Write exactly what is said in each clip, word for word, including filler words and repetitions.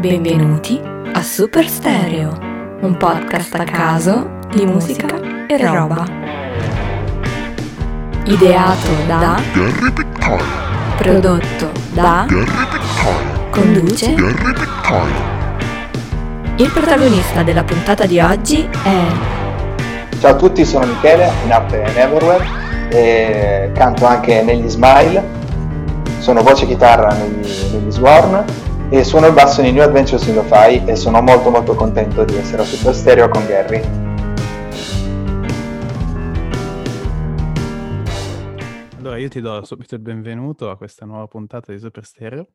Benvenuti a Super Stereo, un podcast a caso di musica e roba. Ideato da Gary Pictone. Prodotto da Gary Pictone. Conduce Gary Pictone. Il protagonista della puntata di oggi è Ciao a tutti, sono Michele, in arte Neverwhere, e canto anche negli Smile, sono voce chitarra negli, negli Sworn e suono il basso nei New Adventures in Lo-Fi e sono molto molto contento di essere a Super Stereo con Gary. Allora io ti do subito il benvenuto a questa nuova puntata di Super Stereo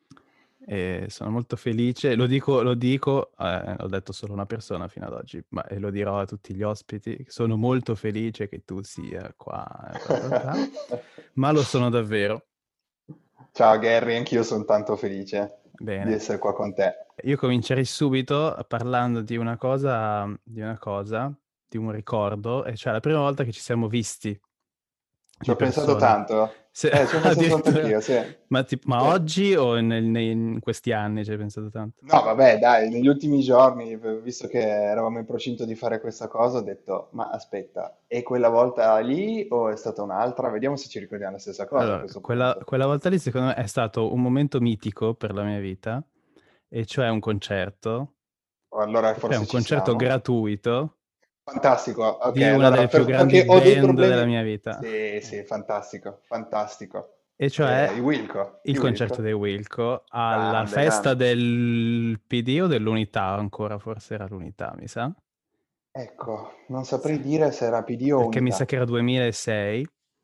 e sono molto felice, lo dico, lo dico, eh, ho detto solo una persona fino ad oggi, ma e lo dirò a tutti gli ospiti, sono molto felice che tu sia qua, bla bla bla, ma lo sono davvero. Ciao Gary, anch'io sono tanto felice Bene. di essere qua con te. Io comincerei subito parlando di una cosa, di una cosa, di un ricordo, e cioè la prima volta che ci siamo visti. Ci ho di pensato persona. tanto, Se- eh, ci ho pensato tanto addirittura- anch'io, sì. Ma, ti- ma Sì. oggi o nel- nei- in questi anni ci hai pensato tanto? No, vabbè, dai, negli ultimi giorni, visto che eravamo in procinto di fare questa cosa, ho detto, ma aspetta, è quella volta lì o è stata un'altra? Vediamo se ci ricordiamo la stessa cosa a Allora, questo quella, punto. quella volta lì secondo me è stato un momento mitico per la mia vita, e cioè un concerto, Allora cioè forse un ci concerto siamo. gratuito Fantastico, ok, di una allora delle più per- grandi perché ho dei band della problemi. mia vita, Sì, sì, fantastico, fantastico. e Eh, cioè i Wilco, i il concerto Wilco. dei Wilco alla Grande, festa grande. del P D o dell'Unità, ancora forse era l'Unità, mi sa. Ecco, non Sì. saprei dire se era P D o Perché mi sa Unità. che era duemilasei,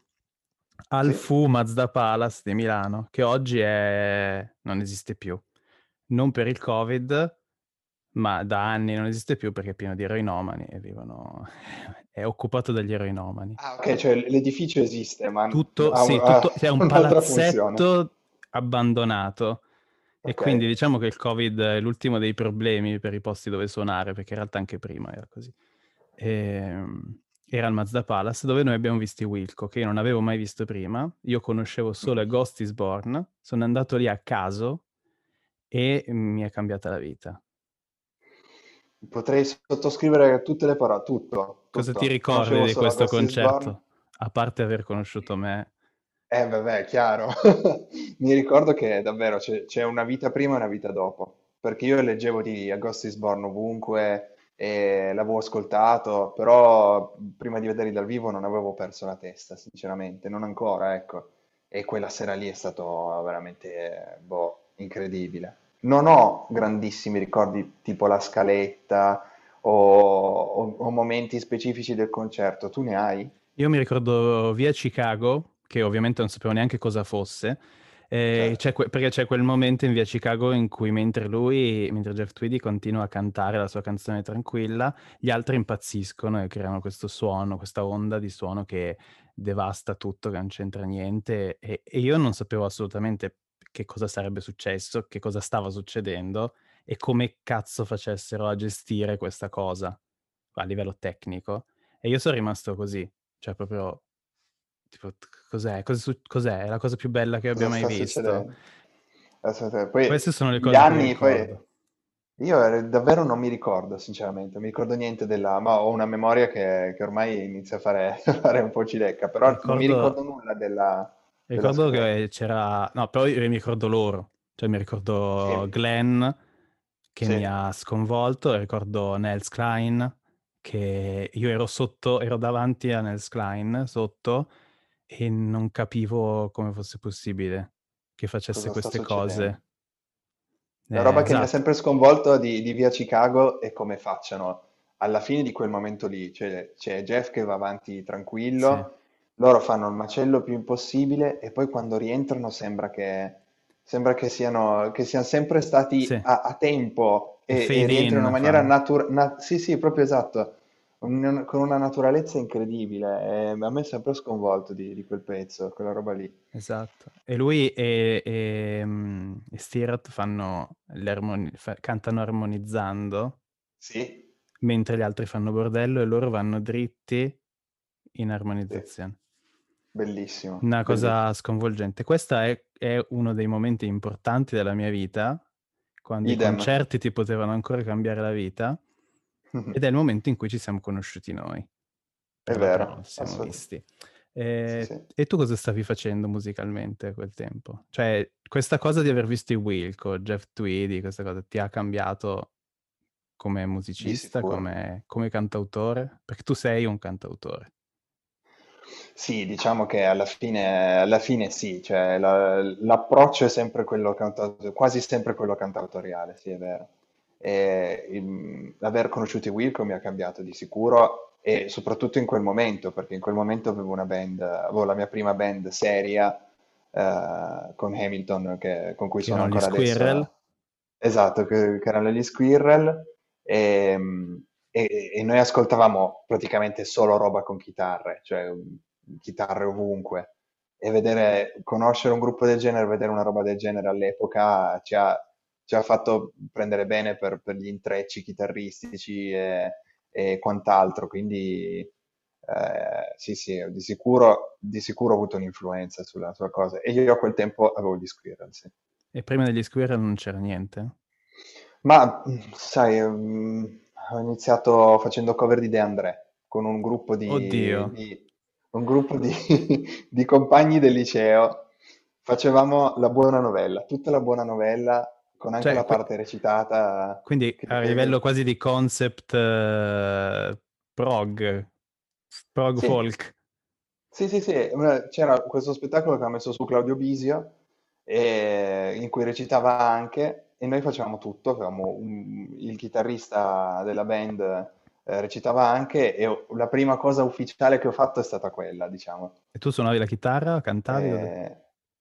al Sì? Fu Mazda Palace di Milano, che oggi è... non esiste più. Non per il Covid, ma da anni non esiste più perché è pieno di eroinomani e vivono... è occupato dagli eroinomani. Ah, ok, cioè l'edificio esiste, ma Tutto, ha, sì, ha tutto, c'è un un'altra funzione. palazzetto abbandonato. E Ok. quindi diciamo che il Covid è l'ultimo dei problemi per i posti dove suonare, perché in realtà anche prima era così. Ehm, Era il Mazda Palace, dove noi abbiamo visto i Wilco, che io non avevo mai visto prima. Io conoscevo solo A Mhm. Ghost is Born, sono andato lì a caso e mi è cambiata la vita. Potrei sottoscrivere tutte le parole, tutto, Cosa ti tutto. ricordi Conoscevo di solo questo Ghost is Born. concerto? A parte aver conosciuto me. Eh, vabbè, chiaro. Mi ricordo che davvero c'è c'è una vita prima e una vita dopo, perché io leggevo di A Ghost is Born ovunque e l'avevo ascoltato, però prima di vederli dal vivo non avevo perso la testa, sinceramente, non ancora, ecco. E quella sera lì è stato veramente, boh, incredibile. Non ho grandissimi ricordi tipo la scaletta o, o o momenti specifici del concerto, tu ne hai? Io mi ricordo Via Chicago, che ovviamente non sapevo neanche cosa fosse, eh, Certo. c'è que- perché c'è quel momento in Via Chicago in cui mentre lui, mentre Jeff Tweedy continua a cantare la sua canzone tranquilla, gli altri impazziscono e creano questo suono, questa onda di suono che devasta tutto, che non c'entra niente, e, e io non sapevo assolutamente che cosa sarebbe successo, che cosa stava succedendo e come cazzo facessero a gestire questa cosa a livello tecnico. E io sono rimasto così. Cioè, proprio, tipo, t- cos'è? Cosa su- cos'è? È la cosa più bella che abbia Cosa mai sta visto. succedendo? Aspetta, poi Queste sono le gli cose che mi anni, poi ricordo. io eh, davvero non mi ricordo, sinceramente, non mi ricordo niente della, ma ho una memoria che, che ormai inizia a fare, a fare un po' cilecca, però non mi Ricordo, ricordo nulla della, della ricordo che scaletta. c'era... No, però io mi ricordo loro. Cioè, mi ricordo Sì, Glenn, che mi sì, ha sconvolto, e ricordo Nels Klein, che io ero sotto, ero davanti a Nels Klein, sotto, e non capivo come fosse possibile che facesse cosa sta queste succedendo? cose. La Eh, roba che mi ha esatto. sempre sconvolto di, di Via Chicago è come facciano alla fine di quel momento lì, cioè c'è Jeff che va avanti Sì. tranquillo, loro fanno il macello più impossibile e poi quando rientrano sembra che, sembra che siano, che siano sempre stati Sì. a, a tempo Il e, e fade rientrano in in una maniera fanno. naturale, sì sì, proprio esatto, Un- con una naturalezza incredibile e a me è sempre sconvolto di, di quel pezzo, quella roba lì. Esatto. E lui e, e, mm, e Stirat fanno l'armoni- fa- cantano armonizzando, Sì, mentre gli altri fanno bordello e loro vanno dritti in sì, armonizzazione. bellissimo, Una cosa bellissimo. sconvolgente. Questo è, è uno dei momenti importanti della mia vita, quando i Idem. concerti ti potevano ancora cambiare la vita, ed è il momento in cui ci siamo conosciuti noi. Per È la prima volta vero, ci siamo assolut- visti. sì, E, sì. e tu cosa stavi facendo musicalmente a quel tempo? Cioè, questa cosa di aver visto i Wilco, Jeff Tweedy, questa cosa ti ha cambiato come Di musicista, sicuro. come, come cantautore? Perché tu sei un cantautore. Sì, diciamo che alla fine, alla fine sì, cioè la- l'approccio è sempre quello canta- quasi sempre quello cantautoriale, sì, è vero. E, il- aver conosciuto i Wilco mi ha cambiato di sicuro e soprattutto in quel momento, perché in quel momento avevo una band, avevo la mia prima band seria eh, con Hamilton, che- con cui Che sono erano gli ancora Squirrel. adesso. Esatto, che, che erano gli Squirrel. E, e- e noi ascoltavamo praticamente solo roba con chitarre, cioè mm, chitarre ovunque. E vedere, conoscere un gruppo del genere, vedere una roba del genere all'epoca ci ha, ci ha fatto prendere bene per, per gli intrecci chitarristici e, e quant'altro. Quindi eh, sì, sì, di sicuro, di sicuro ho avuto un'influenza sulla sua cosa. E io a quel tempo avevo gli Squirrel, sì. E prima degli Squirrel non c'era niente? Ma mm, sai, mm, ho iniziato facendo cover di De André con un gruppo Oddio. di, di- un gruppo di, di compagni del liceo. Facevamo la buona novella, tutta la buona novella, con anche Cioè, la que- parte recitata quindi che a livello dovevi... quasi di concept eh, prog, prog Sì, folk. sì, sì, sì, una- c'era questo spettacolo che ha messo su Claudio Bisio, e- in cui recitava anche, e noi facevamo tutto, avevamo un- il chitarrista della band eh, recitava anche, e ho- la prima cosa ufficiale che ho fatto è stata quella, diciamo. E tu suonavi la chitarra, cantavi? Cosa- Eh,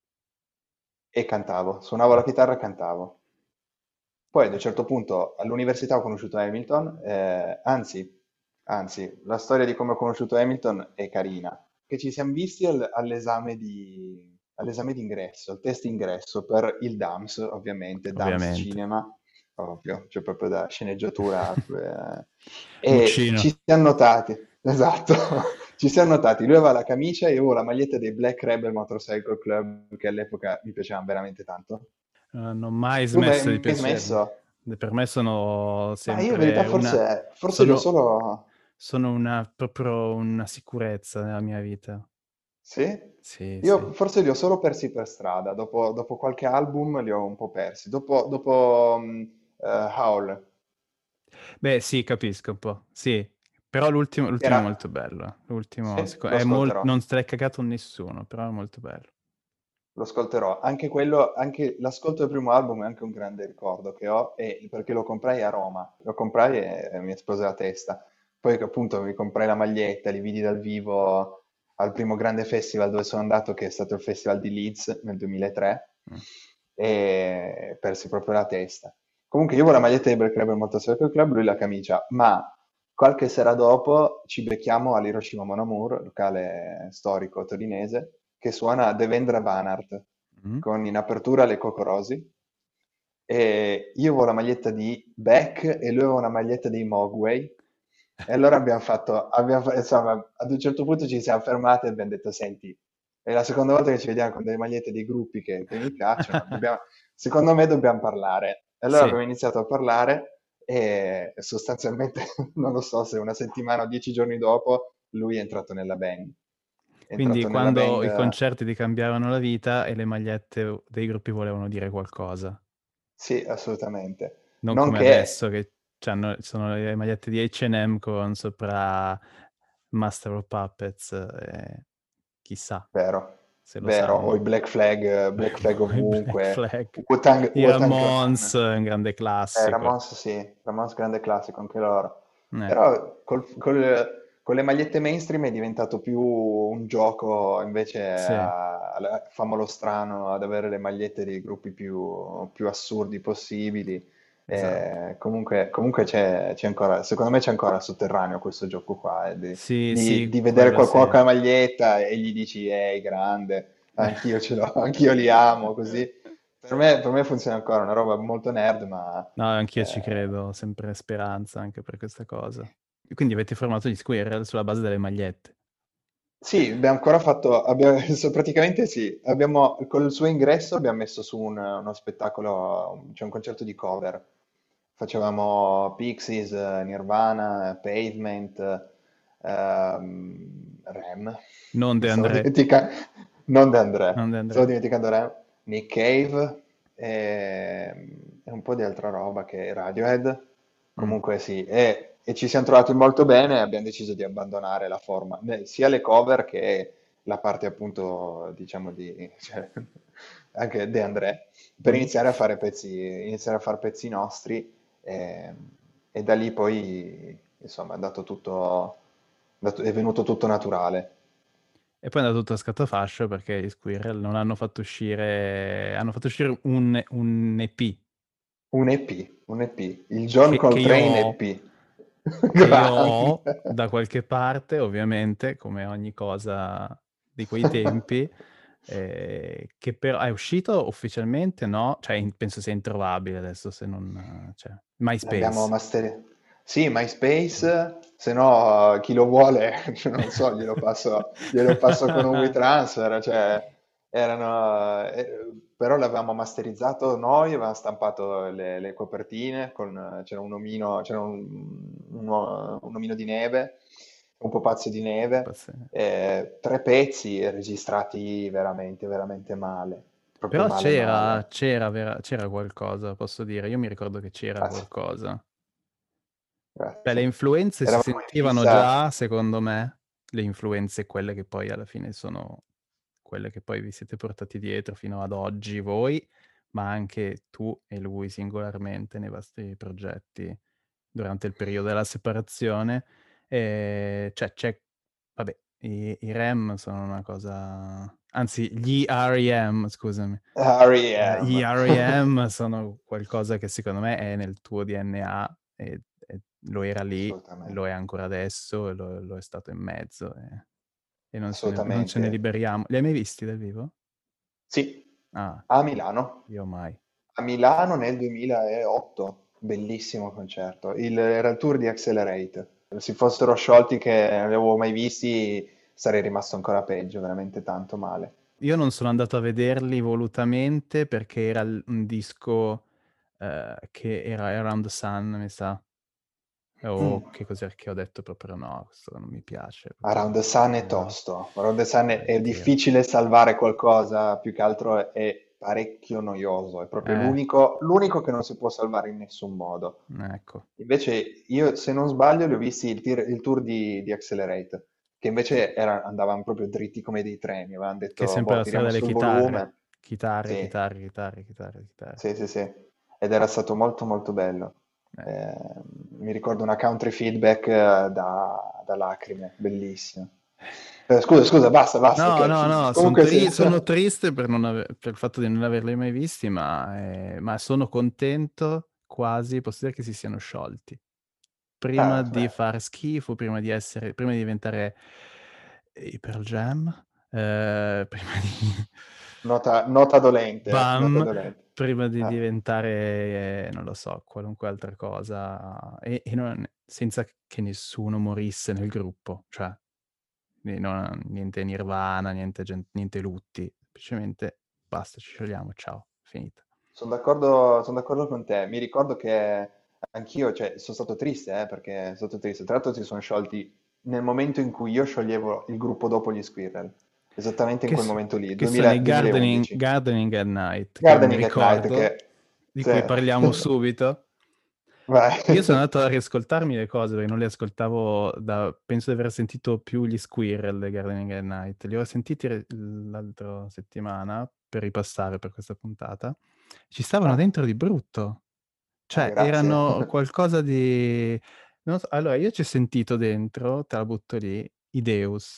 e cantavo, suonavo la Ah, chitarra e cantavo. Poi ad un certo punto all'università ho conosciuto Hamilton, eh, anzi, anzi, la storia di come ho conosciuto Hamilton è carina, che ci siamo visti al- all'esame di, all'esame di ingresso, il test ingresso per il DAMS, ovviamente, DAMS ovviamente. Cinema, ovvio, cioè proprio da sceneggiatura, eh, e Muccino. ci siamo notati, esatto, ci siamo notati, lui aveva la camicia e io avevo la maglietta dei Black Rebel Motorcycle Club, che all'epoca mi piacevano veramente tanto. Non hanno mai Tu mi smesso di mi hai piacermi. smesso? Per me sono Ma io in verità sempre una... forse, forse li ho Sono, solo... sono una, proprio una sicurezza nella mia vita. Sì? Sì, sì. Io forse li ho solo persi per strada, dopo, dopo qualche album li ho un po' persi. Dopo, dopo mm, eh, Howl, Beh, sì, capisco un po'. Sì, però l'ultimo che l'ultimo è era... molto bello. L'ultimo Sì, seco- lo è molto... ascolterò. non se l'è cagato nessuno, però è molto bello. Lo ascolterò. Anche quello, anche l'ascolto del primo album è anche un grande ricordo che ho, e perché lo comprai a Roma. Lo comprai e, e mi esplose la testa. Poi appunto mi comprai la maglietta, li vidi dal vivo al primo grande festival dove sono andato, che è stato il Festival di Leeds nel duemilatré, Mm. e persi proprio la testa. Comunque io avevo la maglietta di Black Rebel Motorcycle Club, lui la camicia, ma qualche sera dopo ci becchiamo all'Hiroshima Mon Amour, locale storico torinese, che suona Devendra Banhart, Mm. con in apertura le Cocorosi. E io avevo la maglietta di Beck e lui aveva una maglietta dei Mogwai. E allora abbiamo fatto, abbiamo fa- insomma, ad un certo punto ci siamo fermati e abbiamo detto, senti, è la seconda volta che ci vediamo con delle magliette dei gruppi che, che mi piacciono, dobbiamo- secondo me dobbiamo parlare. E allora Sì, abbiamo iniziato a parlare e sostanzialmente, non lo so se una settimana o dieci giorni dopo, lui è entrato nella band. È quindi entrato nella quando band, i eh, concerti ti cambiavano la vita e le magliette dei gruppi volevano dire qualcosa. sì, assolutamente. Non come Nonché, adesso che c'hanno, sono le magliette di acca e emme con sopra Master of Puppets, e chissà vero, se lo vero, o i sanno. Black Flag, eh, Black Flag I Black ovunque, Flag, Wu-Tang, i Wu-Tang Ramones, Clan. è un grande Eh, classico. Ramones sì, Ramones grande classico anche loro. Eh, Però col- col- con le magliette mainstream è diventato più un gioco, invece sì, a, a- famolo strano, ad avere le magliette dei gruppi più, più assurdi possibili. esatto. Eh, comunque comunque c'è c'è ancora, secondo me c'è ancora sotterraneo questo gioco qua, eh, di, Sì, di- sì, di vedere quello qualcuno sì. con la maglietta e gli dici, ehi, grande, anch'io ce l'ho, anch'io li amo, così. Per me, per me funziona ancora, è una roba molto nerd, ma No, anch'io ci eh, credo, ho sempre speranza anche per questa cosa. E quindi avete formato gli Squirrel sulla base delle magliette. Sì, abbiamo ancora fatto, abbiamo, so- praticamente sì, abbiamo, con il suo ingresso abbiamo messo su un- uno spettacolo, cioè un concerto di cover. Facevamo Pixies, eh, Nirvana, Pavement, ehm, Rem, Non mi De stavo André, dimenticando, non De André, non De stavo André. dimenticando Rem, Nick Cave e, e un po' di altra roba che Radiohead. Mm. Comunque sì, e, e ci siamo trovati molto bene e abbiamo deciso di abbandonare la forma, né- sia le cover che la parte appunto, diciamo, di cioè, anche De André, per Mm. iniziare a fare pezzi, iniziare a fare pezzi nostri e, e da lì poi, insomma, è andato tutto, è andato- è venuto tutto naturale. E poi è andato tutto a scatafascio perché gli Squirrel non hanno fatto uscire, hanno fatto uscire un, un E P Un E P, un E P, il John che, che io Coltrane ho, E P. che io ho Grande. da qualche parte, ovviamente, come ogni cosa di quei tempi, eh, che però è uscito ufficialmente, no? Cioè, in- penso sia introvabile adesso se non... Cioè, L'abbiamo MySpace. master... Sì, MySpace, se no chi lo vuole, non so, glielo passo, glielo passo con un WeTransfer, cioè, erano, eh, però l'avevamo masterizzato noi, avevamo stampato le, le copertine, con, c'era un omino, c'era un, uno- un omino di neve, un pupazzo di neve, Pazzesco. eh, tre pezzi registrati veramente, veramente male, proprio Però male c'era, male. c'era, vera- c'era qualcosa, posso dire. Io mi ricordo che c'era Grazie, qualcosa. Beh, le grazie. influenze si Eravamo in sentivano fissa. già, secondo me, le influenze quelle che poi alla fine sono quelle che poi vi siete portati dietro fino ad oggi voi, ma anche tu e lui singolarmente nei vostri progetti durante il periodo della separazione. E cioè, c'è, vabbè, i, i Rem sono una cosa, anzi, gli R E M, scusami. Eh, Gli R E M. R E M sono qualcosa che secondo me è nel tuo D N A e, e lo era lì, lo Assolutamente, è ancora adesso e lo, lo è stato in mezzo e, e non ce ne, non ce ne assolutamente. liberiamo. Li hai mai visti dal vivo? Sì, Ah, a Milano. io mai. A Milano nel duemilaotto. Bellissimo concerto. Il, era il tour di Accelerate. Se si fossero sciolti che non li avevo mai visti, sarei rimasto ancora peggio, veramente tanto male. Io non sono andato a vederli volutamente perché era l- un disco eh, che era Around the Sun, mi sa. Mm. O che cos'è che ho detto proprio no, questo non mi piace, proprio Around non the mi Sun è tira. tosto. Around the Sun è, Non mi è tira. difficile salvare qualcosa, più che altro è parecchio noioso. È proprio Eh, l'unico l'unico che non si può salvare in nessun modo. ecco. Invece io, se non sbaglio, li ho visti il, tir- il tour di, di Accelerate, che Che, invece era- andavano proprio dritti come dei treni. Avevano che è detto, sempre boh, la storia tiriamo delle sul chitarre. volume. Chitarre, Sì, chitarre, chitarre, chitarre, chitarre. sì, sì, sì. Ed era stato molto molto bello. Eh. Eh, mi ricordo una country feedback eh, da, da lacrime, bellissima. Eh, scusa, scusa, basta, basta, No, ok. no, no, son Comunque sì. tri- sono triste per, non ave- per il fatto di non averli mai visti, ma, eh, ma sono contento quasi, posso dire che si siano sciolti. Prima Ah, di beh, fare schifo, prima di essere, prima di diventare i Pearl Jam, eh, prima di nota, nota dolente, nota Bam, dolente. prima di Ah, diventare, eh, non lo so, qualunque altra cosa, e, e non- senza che nessuno morisse nel gruppo, cioè quindi non- niente Nirvana, niente, gen- niente lutti, semplicemente basta, ci sciogliamo, ciao, finita. sono d'accordo, son d'accordo con te. Mi ricordo che anch'io, cioè, sono stato triste, eh, perché sono stato triste. Tra l'altro si sono sciolti nel momento in cui io scioglievo il gruppo dopo gli Squirrel, esattamente in Che, quel s- momento lì, che sono duemila i Gardening, duemilaundici. Gardening at Night, che io mi Gardening at Night, ricordo, che... di Sì. cui parliamo subito. Vai. Io sono andato a riascoltarmi le cose perché non le ascoltavo da... Penso di aver sentito più gli Squirrel dei Gardening at Night. Li ho sentiti re- l'altra settimana per ripassare per questa puntata. Ci stavano Ah, dentro di brutto. ah, Cioè, grazie. erano qualcosa di... non so- Allora, io ci ho sentito dentro, te la butto lì, i Deus,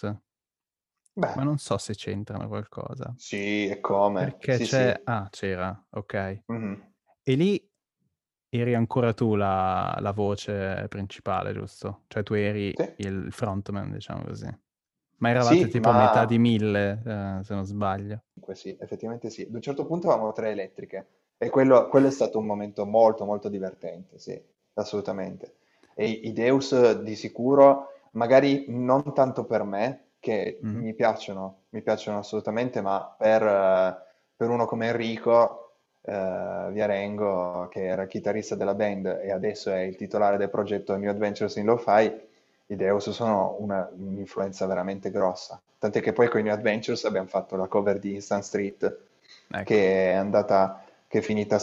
Beh, ma non so se c'entrano qualcosa. sì, e come? Perché Sì, sì. c'è... Ah, c'era, ok. Mhm. E lì eri ancora tu la, la voce principale, giusto? Cioè tu eri Sì, il frontman, diciamo così. Ma eravate sì, tipo a metà di ma mille, eh, se non sbaglio. comunque sì, effettivamente sì. Ad un certo punto avevamo tre elettriche e quello, quello è stato un momento molto molto divertente, sì, assolutamente. E i Deus di sicuro, magari non tanto per me, che Mm. mi piacciono, mi piacciono assolutamente, ma per, eh, per uno come Enrico eh, Viarengo, che era il chitarrista della band e adesso è il titolare del progetto New Adventures in Lo-Fi, i Deus sono una- un'influenza veramente grossa. Tant'è che poi con i New Adventures abbiamo fatto la cover di Instant Street, Ecco. che è andata, che è finita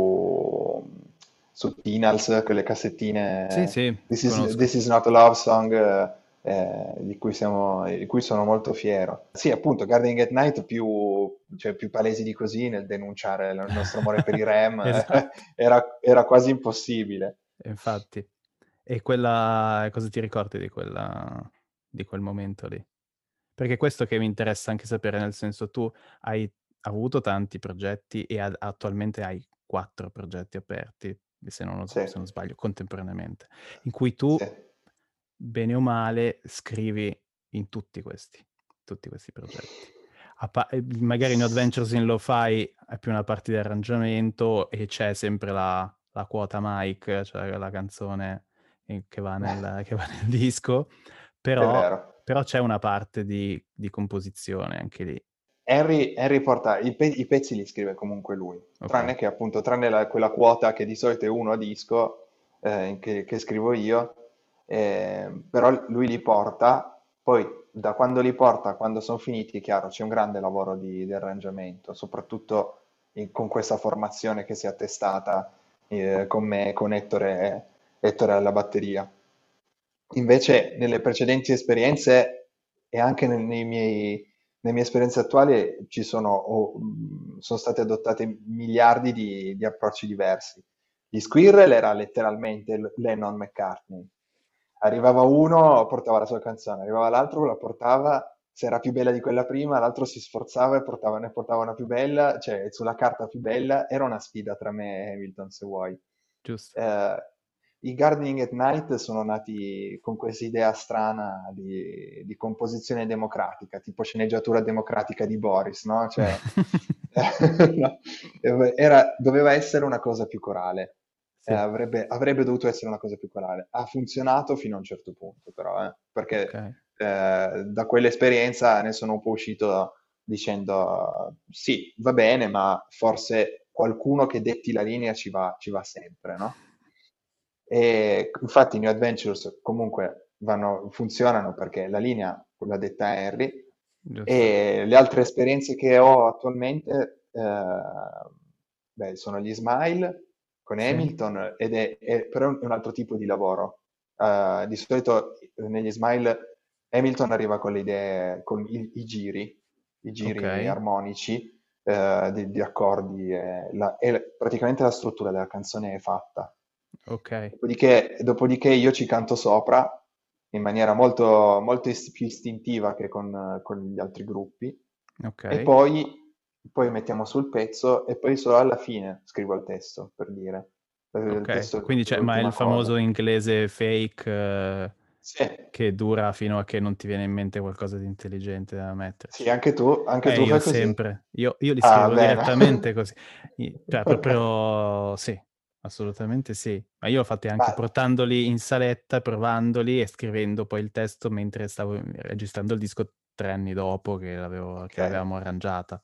su, su Tinals, quelle Sì, cassettine sì, This is, conosco. This is not a love song, eh, eh, di cui siamo, di cui sono molto fiero. Sì, appunto, Gardening at Night più, cioè, più palesi di così nel denunciare il nostro amore per i Rem, Esatto, era, era quasi impossibile. infatti. E quella, cosa ti ricordi di quella, di quel momento lì? Perché questo che mi interessa anche sapere, nel senso tu hai avuto tanti progetti e ad- attualmente hai quattro progetti aperti, se non, Sì, se non sbaglio, contemporaneamente, in cui tu, sì, bene o male, scrivi in tutti questi, tutti questi progetti. A pa- eh, magari in Adventures in Lo-Fi è più una parte di arrangiamento e c'è sempre la, la quota Mike, cioè la canzone eh, che va nel, che va nel disco, è però, vero. però c'è una parte di, di composizione anche lì. Henry, Henry porta i, pe- i pezzi li scrive comunque lui, Ok, tranne che appunto, tranne la- quella quota che di solito è uno a disco, eh, che, che scrivo io, eh, però lui li porta, poi da quando li porta a quando sono finiti, è chiaro, c'è un grande lavoro di, di arrangiamento, soprattutto in- con questa formazione che si è attestata eh, con me, con Ettore, Ettore alla batteria. Invece nelle precedenti esperienze e anche nel- nei miei, nelle mie esperienze attuali ci sono, ho- mh, sono stati adottati miliardi di, di approcci diversi. Gli Squirrel era letteralmente l- Lennon-McCartney. Arrivava uno, portava la sua canzone, arrivava l'altro, la portava, se era più bella di quella prima, l'altro si sforzava e portava, ne portava una più bella, cioè sulla carta più bella, era una sfida tra me e Hamilton, se vuoi. giusto. Eh, I Gardening at Night sono nati con questa idea strana di, di composizione democratica, tipo sceneggiatura democratica di Boris, no? Cioè, no, era- doveva essere una cosa più corale. Eh, Sì, avrebbe, avrebbe dovuto essere una cosa più corale. Ha funzionato fino a un certo punto, però, eh, ok. perché eh, da quell'esperienza ne sono un po' uscito dicendo sì, va bene, ma forse qualcuno che detti la linea ci va, ci va sempre, no? E infatti i New Adventures comunque vanno, funzionano perché la linea l'ha detta Henry Giusto. e le altre esperienze che ho attualmente eh, beh, sono gli Smile con Sì, Hamilton ed è, è- però è un altro tipo di lavoro. Eh, di solito eh, negli Smile Hamilton arriva con le idee, con i, i giri, i giri ok, armonici eh, di, di accordi e, la- e praticamente la struttura della canzone è fatta. ok, Dopodiché, dopodiché io ci canto sopra in maniera molto, molto is- più istintiva che con, con gli altri gruppi e ok, poi, poi mettiamo sul pezzo e poi solo alla fine scrivo il testo, per dire. Il ok. testo Quindi è c'è, ma è il l'ultima famoso cosa. inglese fake eh, Sì, che dura fino a che non ti viene in mente qualcosa di intelligente da sì, metterci. anche tu, anche Eh, tu io fai così? sempre, io, io li Ah, scrivo bene. direttamente così. I- Cioè, Ok. proprio sì, assolutamente sì. Ma io ho fatti Ma anche portandoli in saletta, provandoli e scrivendo poi il testo mentre stavo registrando il disco tre anni dopo che l'avevo- ok. che l'avevamo arrangiata.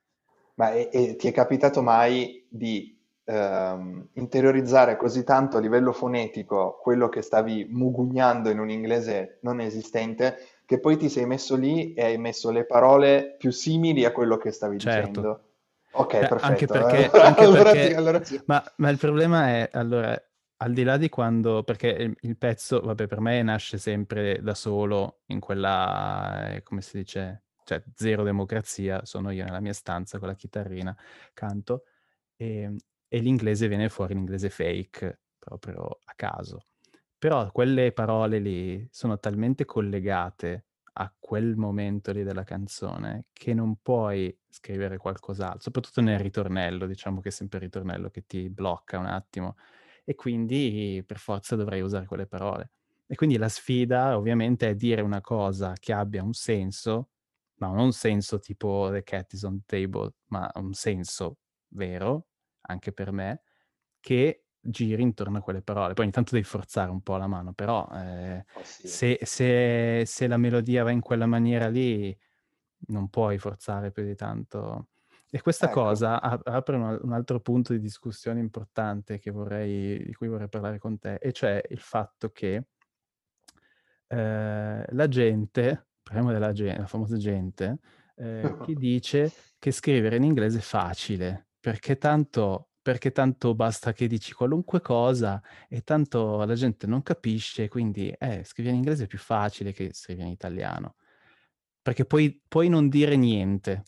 Ma e, e ti è capitato mai di ehm, interiorizzare così tanto a livello fonetico quello che stavi mugugnando in un inglese non esistente, che poi ti sei messo lì e hai messo le parole più simili a quello che stavi Certo. dicendo? Ok, Cioè, anche perfetto. perché, anche Allora sì, perché allora sì. ma, ma il problema è, allora, al di là di quando, perché il, il pezzo, vabbè, per me nasce sempre da solo in quella, eh, come si dice, cioè zero democrazia, sono io nella mia stanza con la chitarrina, canto, e, e l'inglese viene fuori, l'inglese fake, proprio a caso. Però quelle parole lì sono talmente collegate a quel momento lì della canzone che non puoi scrivere qualcos'altro, soprattutto nel ritornello, diciamo che è sempre il ritornello che ti blocca un attimo e quindi per forza dovrei usare quelle parole. E quindi la sfida ovviamente è dire una cosa che abbia un senso, ma non un senso tipo The Cat is on the Table, ma un senso vero, anche per me, che giri intorno a quelle parole. Poi ogni tanto devi forzare un po' la mano, però eh, Oh, sì. se, se- se la melodia va in quella maniera lì, non puoi forzare più di tanto. E questa Ecco. cosa ap- apre un, un altro punto di discussione importante che vorrei, di cui vorrei parlare con te, e cioè il fatto che eh, la gente, parliamo della gente, la famosa gente, eh, che dice che scrivere in inglese è facile, perché tanto, perché tanto basta che dici qualunque cosa e tanto la gente non capisce, quindi eh, scrivere in inglese è più facile che scrivere in italiano, perché puoi, puoi non dire niente.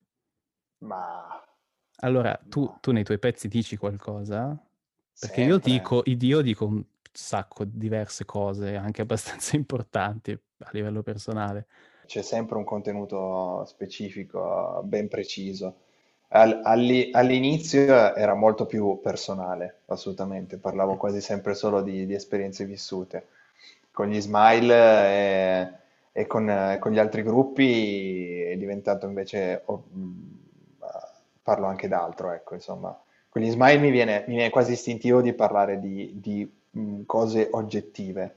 Ma Allora, tu, no, tu nei tuoi pezzi dici qualcosa? Perché io sempre. dico, io dico un sacco di diverse cose, anche abbastanza importanti a livello personale. C'è sempre un contenuto specifico, ben preciso. Al- alli- all'inizio era molto più personale, assolutamente, parlavo quasi sempre solo di, di esperienze vissute. Con gli Smile e, e con, eh, con gli altri gruppi è diventato invece, oh, mh, parlo anche d'altro, ecco, insomma. Con gli Smile mi viene, mi viene quasi istintivo di parlare di, di, mh, cose oggettive,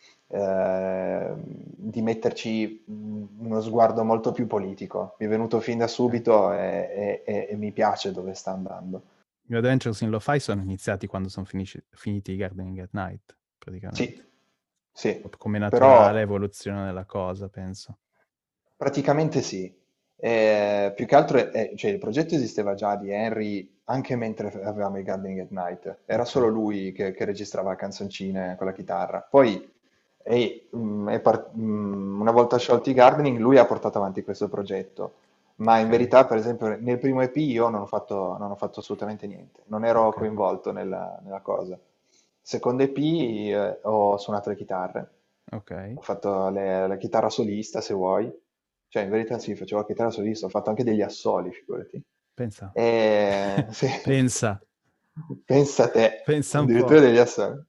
eh, di metterci mh, uno sguardo molto più politico. Mi è venuto fin da subito e, e- e- e mi piace dove sta andando. I miei Adventures in Lo-Fi sono iniziati quando sono finisci- finiti i Gardening at Night, Sì, praticamente. sì, Proprio come naturale però evoluzione della cosa, penso. praticamente sì. Eh, più che altro, eh, cioè, il progetto esisteva già di Henry anche mentre avevamo i Gardening at Night. Era Ok. solo lui che, che registrava canzoncine con la chitarra. Poi, e, mm, è par- mm, una volta sciolti i Gardening, lui ha portato avanti questo progetto. Ma in Ok, verità, per esempio, nel primo E P io non ho fatto, non ho fatto assolutamente niente. Non ero ok, coinvolto nella, nella cosa. Secondo E P, eh, ho suonato le chitarre. ok. Ho fatto le- la chitarra solista, se vuoi. Cioè, in verità sì, facevo la chitarra solista, ho fatto anche degli assoli, figurati. Pensa, E... Sì. pensa, Pensa a te, pensa un addirittura po'. degli assoli.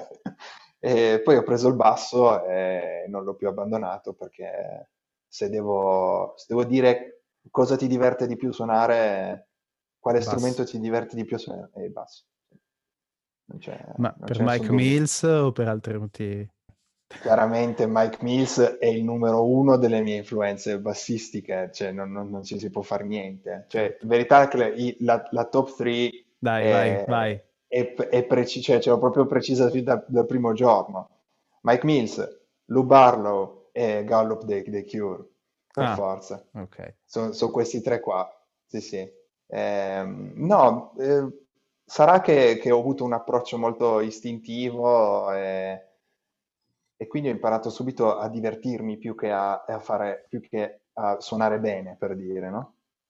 E poi ho preso il basso e non l'ho più abbandonato perché se devo, se devo dire cosa ti diverte di più suonare, quale Basso. strumento ti diverte di più suonare, è il basso. Non c'è Ma non per c'è nessun Mike dubbio. Mills o per altri motivi? Chiaramente Mike Mills è il numero uno delle mie influenze bassistiche, cioè non, non- non ci si può fare niente. Cioè, in Certo. verità che le- i- la, la top tre Dai, vai, vai. è, è, è preci- cioè, ce l'ho proprio precisa fin da- dal primo giorno. Mike Mills, Lou Barlow e Gallup dei The Cure, per Ah, forza. ok. Sono questi tre qua. Sì, sì. Ehm, no, eh, sarà che, che ho avuto un approccio molto istintivo e, e quindi ho imparato subito a divertirmi più che a, a fare, più che a suonare bene, per dire, no?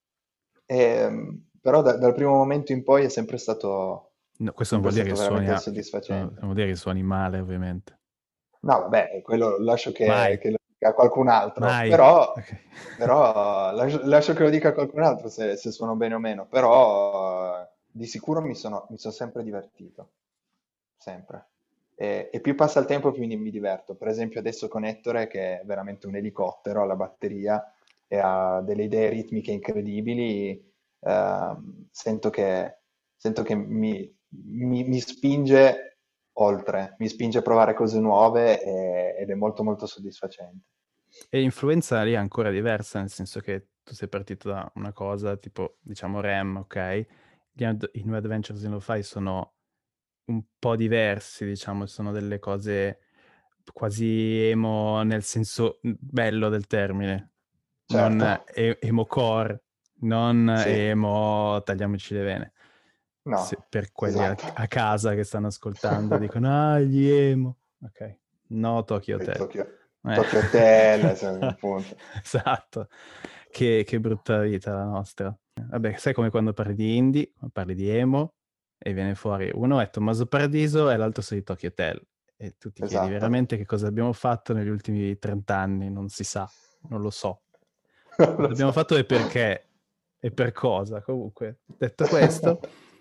Ehm, però da- dal primo momento in poi è sempre stato, No, questo non sempre vuol dire che stato suoni, veramente a- che- no, non soddisfacente. vuol dire che suoni male, ovviamente. No, vabbè, quello lascio che, Vai, che lo dica a qualcun altro, vai. però, Ok. però lascio, lascio che lo dica a qualcun altro se, se suono bene o meno, però eh, di sicuro mi sono, mi sono sempre divertito, sempre. E, e più passa il tempo più mi, mi diverto. Per esempio adesso con Ettore, che è veramente un elicottero alla batteria e ha delle idee ritmiche incredibili, ehm, sento che, sento che mi, mi- mi spinge oltre, mi spinge a provare cose nuove e- ed è molto molto soddisfacente. E l'influenza lì è ancora diversa, nel senso che tu sei partito da una cosa tipo, diciamo, Rem, ok? Gli Ad- I New Adventures in Lo-Fi sono un po' diversi, diciamo, sono delle cose quasi emo nel senso bello del termine, non Certo, e- emo-core, non sì, emo tagliamoci le vene. Se- no, per quelli a, esatto. a casa che stanno ascoltando dicono, ah, gli emo. Ok, no Tokyo Poi Hotel. Tokyo, Eh. Tokyo Hotel, se- appunto. Esatto, che, che brutta vita la nostra. Vabbè, sai come quando parli di indie, parli di emo e viene fuori uno è Tommaso Paradiso e l'altro sei di Tokyo Hotel. E tu ti chiedi Esatto. veramente che cosa abbiamo fatto negli ultimi trent'anni, non si sa, non lo so. Non Cosa lo abbiamo so. fatto e perché e per cosa. Comunque, detto questo,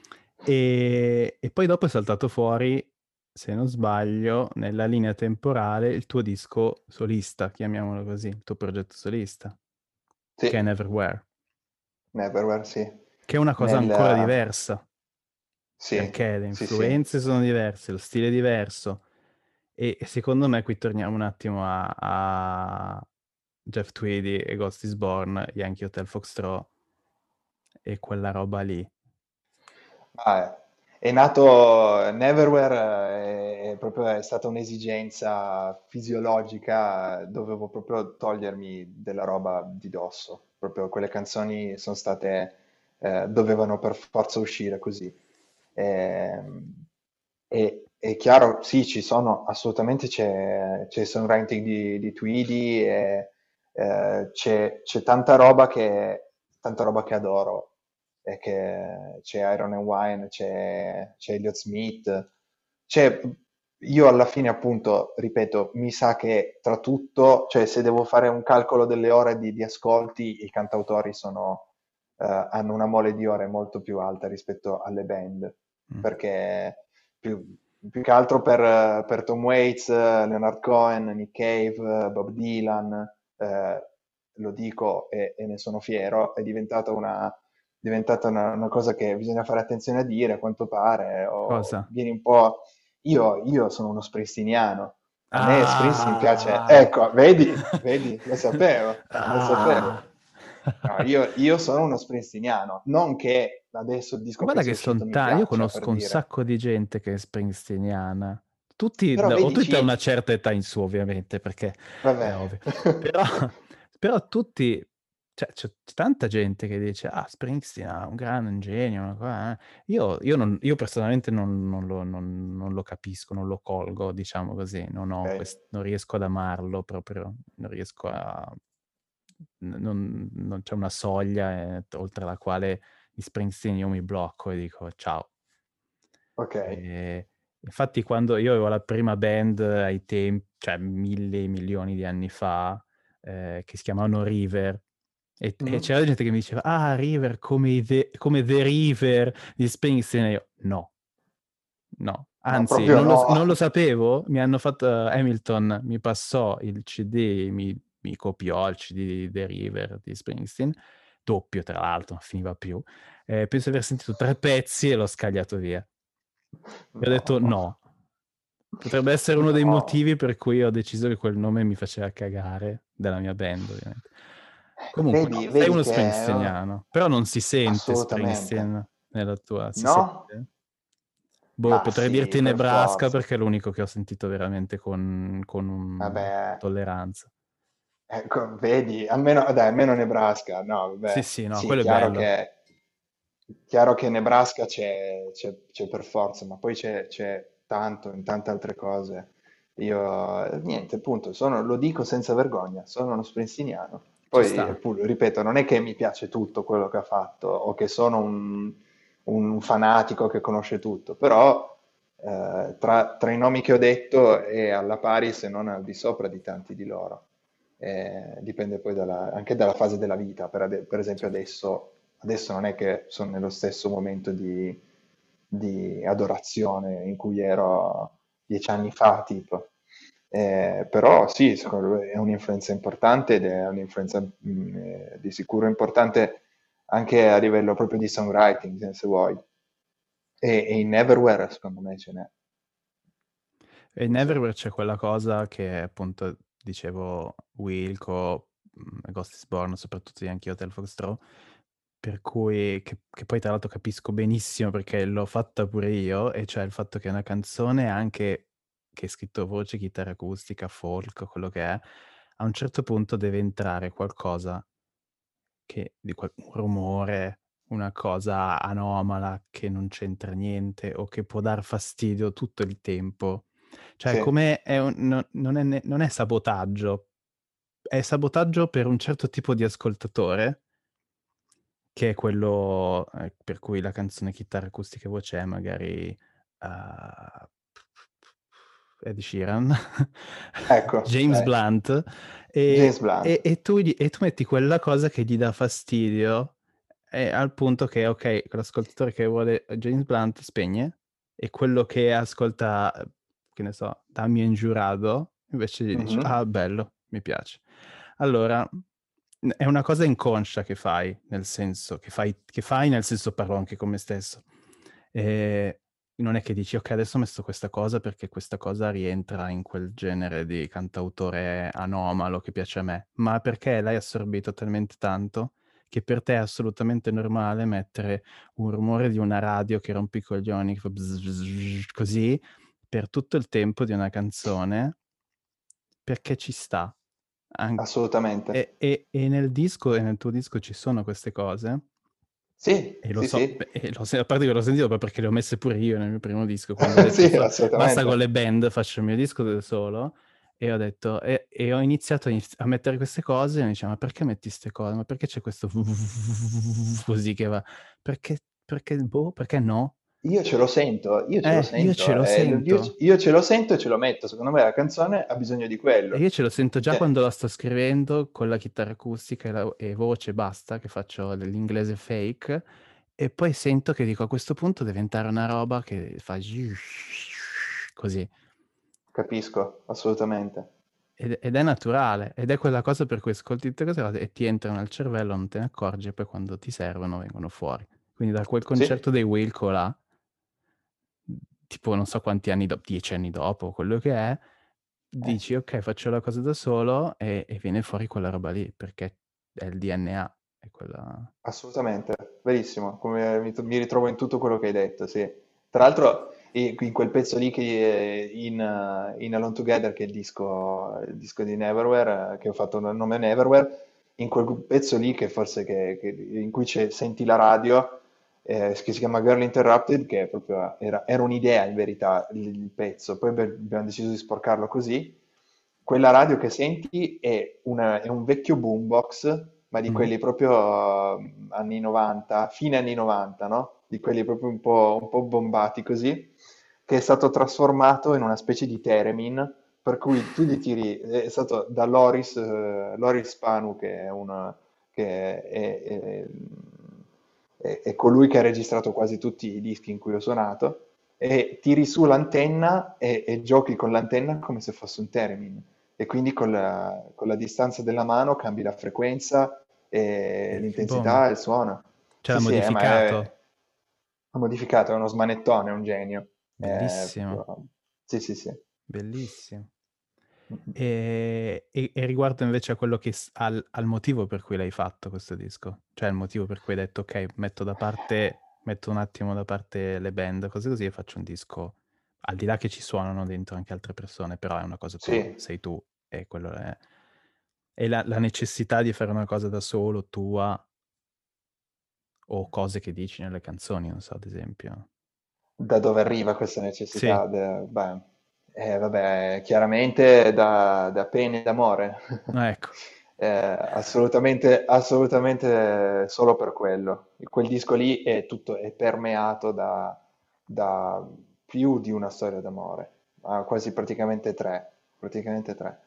e, e poi dopo è saltato fuori, se non sbaglio, nella linea temporale il tuo disco solista, chiamiamolo così, il tuo progetto solista, che è Sì, Neverwhere, Neverwhere, sì. che è una cosa Nel, ancora diversa. Sì, perché le sì, sì. influenze sono diverse, lo stile è diverso. E e secondo me qui torniamo un attimo a, a Jeff Tweedy e Ghost is Born, Yankee Hotel Foxtrot e quella roba lì. Ah, è è nato Neverwhere, è, è proprio è stata un'esigenza fisiologica, dovevo proprio togliermi della roba di dosso, proprio quelle canzoni sono state, eh, dovevano per forza uscire così. Ehm, E, è chiaro, sì, ci sono, assolutamente c'è c'è il songwriting di, di Tweedy e eh, c'è c'è tanta roba che, tanta roba che adoro e che c'è Iron and Wine, c'è c'è Elliott Smith, c'è, io alla fine appunto, ripeto, mi sa che tra tutto, cioè se devo fare un calcolo delle ore di, di ascolti, i cantautori sono, eh, hanno una mole di ore molto più alta rispetto alle band, Mm. perché più, più che altro per, per Tom Waits, eh, Leonard Cohen, Nick Cave, eh, Bob Dylan, eh, lo dico e, e ne sono fiero, è diventata una diventata una, una cosa che bisogna fare attenzione a dire, a quanto pare, o Cosa? vieni un po'. Io, io sono uno springsteeniano, a me Springsteen piace, Ah! ecco, vedi, vedi, lo sapevo, lo sapevo. Ah! No, io, io sono uno springsteeniano, non che adesso il disco che Guarda sia che uscito son mi ta- io piaccia, per conosco un dire. sacco di gente che è springsteeniana. Tutti, Però no, o vedi, tutti a una ci. certa età in su, ovviamente, perché è Vabbè. ovvio. Però, però tutti, cioè, c'è c'è tanta gente che dice, ah, Springsteen ha un grande un genio, una cosa, eh." Io, io non- io personalmente non, non lo, non- non lo capisco, non lo colgo, diciamo così. Non ho Ok. quest- non riesco ad amarlo proprio, non riesco a... Non, non c'è una soglia, eh, oltre la quale di Springsteen io mi blocco e dico ciao. Ok. E infatti quando io avevo la prima band ai tempi, cioè mille milioni di anni fa, eh, che si chiamavano River, e, e Mhm. c'era gente che mi diceva, ah, River come, i The, come The River di Springsteen, e io, no, no. No, Anzi, proprio non lo, no. non lo sapevo, mi hanno fatto, Hamilton mi passò il C D, mi, mi copiò il C D di The River di Springsteen, doppio tra l'altro, non finiva più. Eh, penso di aver sentito tre pezzi e l'ho scagliato via. E ho detto No. no. Potrebbe essere uno dei No. motivi per cui ho deciso che quel nome mi faceva cagare, della mia band, ovviamente. Comunque, no, Vedi, sei vedi uno che springsteeniano, però non si sente assolutamente. Springsteen nella tua... Si No? sente? Boh, Ma potrei sì, dirti per Nebraska forza. perché è l'unico che ho sentito veramente con, con un- Vabbè, tolleranza. ecco, vedi, almeno, dai, almeno Nebraska. No, Sì, vabbè, sì, no, sì, quello è chiaro bello. che, chiaro che Nebraska c'è c'è- c'è per forza, ma poi c'è c'è tanto in tante altre cose. Io, eh, niente, appunto, sono- lo dico senza vergogna, sono uno springsteeniano. Ci Poi, sta. appunto, ripeto, non è che mi piace tutto quello che ha fatto o che sono un, un fanatico che conosce tutto, però eh, tra, tra i nomi che ho detto è alla pari, se non al di sopra di tanti di loro. Eh, dipende poi dalla- anche dalla fase della vita. Per, ade- per esempio, Certo. adesso, adesso non è che sono nello stesso momento di, di adorazione in cui ero dieci anni fa, tipo. Eh, però sì, secondo me è un'influenza importante ed è un'influenza mh, eh, di sicuro importante anche a livello proprio di songwriting, se vuoi. E, e in Neverwhere secondo me ce n'è. E in Sì, sì. Everywhere c'è quella cosa che appunto dicevo Wilco, mh, Ghost is Born, soprattutto anche Hotel Foxtrot, per cui che, che poi tra l'altro capisco benissimo perché l'ho fatta pure io, e cioè il fatto che una canzone anche che è scritto voce, chitarra acustica, folk, quello che è, a un certo punto deve entrare qualcosa che di qual- un rumore, una cosa anomala che non c'entra niente o che può dar fastidio tutto il tempo. Cioè, Sì, come è un- no- non è, ne- non è sabotaggio, è sabotaggio per un certo tipo di ascoltatore, che è quello eh, per cui la canzone chitarra acustica e voce è magari eh, Ed Sheeran, ecco, James dai. Blunt, e, James Blunt. e- e tu, gli- e tu metti quella cosa che gli dà fastidio, e al punto che, ok, l'ascoltatore che vuole James Blunt spegne, e quello che ascolta, che ne so, Damien Giurado, invece gli dice, Mhm. ah, bello, mi piace. Allora, n- è una cosa inconscia che fai, nel senso, che fai, che fai nel senso parlo anche con me stesso. E non è che dici, ok, adesso ho messo questa cosa perché questa cosa rientra in quel genere di cantautore anomalo che piace a me, ma perché l'hai assorbito talmente tanto che per te è assolutamente normale mettere un rumore di una radio che rompe i coglioni, che fa bzz, bzz, bzz, così, per tutto il tempo di una canzone, perché ci sta. An- Assolutamente. e, e- e nel disco, e nel tuo disco ci sono queste cose, Sì, e lo sì, so, sì. beh, e lo se- a parte che l'ho sentito proprio perché le ho messe pure io nel mio primo disco, quando ho detto Sì, "Fa- basta con assolutamente. le band, faccio il mio disco da solo", e ho detto, e, e ho iniziato a, iniz- a mettere queste cose, e mi diceva, ma perché metti queste cose? Ma perché c'è questo così che va? Perché, perché, boh, perché no? Io ce lo sento, io ce lo Eh, io ce sento, lo eh, lo- io, sento. io ce lo sento e ce lo metto. Secondo me la canzone ha bisogno di E quello. io ce lo sento già Cioè, quando la sto scrivendo con la chitarra acustica e, la- e voce, basta, che faccio l'inglese fake, e poi sento che dico a questo punto deve diventare una roba che fa così. capisco, assolutamente. Ed, ed è naturale, ed è quella cosa per cui ascolti tutte queste cose e ti entrano nel cervello, non te ne accorgi, e poi quando ti servono vengono fuori. Quindi da quel Sì, concerto dei Wilco là, tipo non so quanti anni dopo, dieci anni dopo, quello che è, eh, dici ok, faccio la cosa da solo e, e viene fuori quella roba lì, perché è il D N A, è quella... assolutamente, verissimo. Come mi, mi ritrovo in tutto quello che hai detto, sì. Tra l'altro, i- in quel pezzo lì che eh, in, eh, in Alone Together, che è il disco, il disco di Neverwhere, eh, che ho fatto il nome Neverwhere, in quel pezzo lì che forse che, che- in cui c'è- senti la radio, eh, che si chiama Girl Interrupted, che è proprio, era, era un'idea in verità il, il pezzo, poi abbiamo abbiamo deciso di sporcarlo così. Quella radio che senti è, una- è un vecchio boombox, ma di Mhm. quelli proprio eh, anni novanta, fine anni novanta, no? Di quelli proprio un po', un po' bombati così, che è stato trasformato in una specie di theremin, per cui tu gli tiri, è stato da Loris, eh, Loris Panu, che è, una, che è, è- è- è colui che ha registrato quasi tutti i dischi in cui ho suonato, e tiri su l'antenna e, e giochi con l'antenna come se fosse un theremin. E quindi con la, con la distanza della mano cambi la frequenza e E boom, l'intensità e il suono. ce l'ha Sì, sì, eh, ma è, modificato, è modificato, è uno smanettone, è un genio. È bellissimo, proprio- Sì, sì, sì. bellissimo. Mm, mm. E, e- e riguardo invece a quello che s- al, al motivo per cui l'hai fatto questo disco, cioè il motivo per cui hai detto ok, metto da parte, metto un attimo da parte le band, cose così, e faccio un disco, al di là che ci suonano dentro anche altre persone, però è una cosa tua, Sì, sei tu, e quello è... E la, la necessità di fare una cosa da solo, tua, o cose che dici nelle canzoni, non so, ad esempio. da dove arriva questa Sì, necessità? De- beh, eh, vabbè, chiaramente da, da pene d'amore. ecco, Eh, assolutamente, assolutamente solo per quello. Quel disco lì è tutto, è permeato da, da più di una storia d'amore, ma quasi praticamente tre, praticamente tre.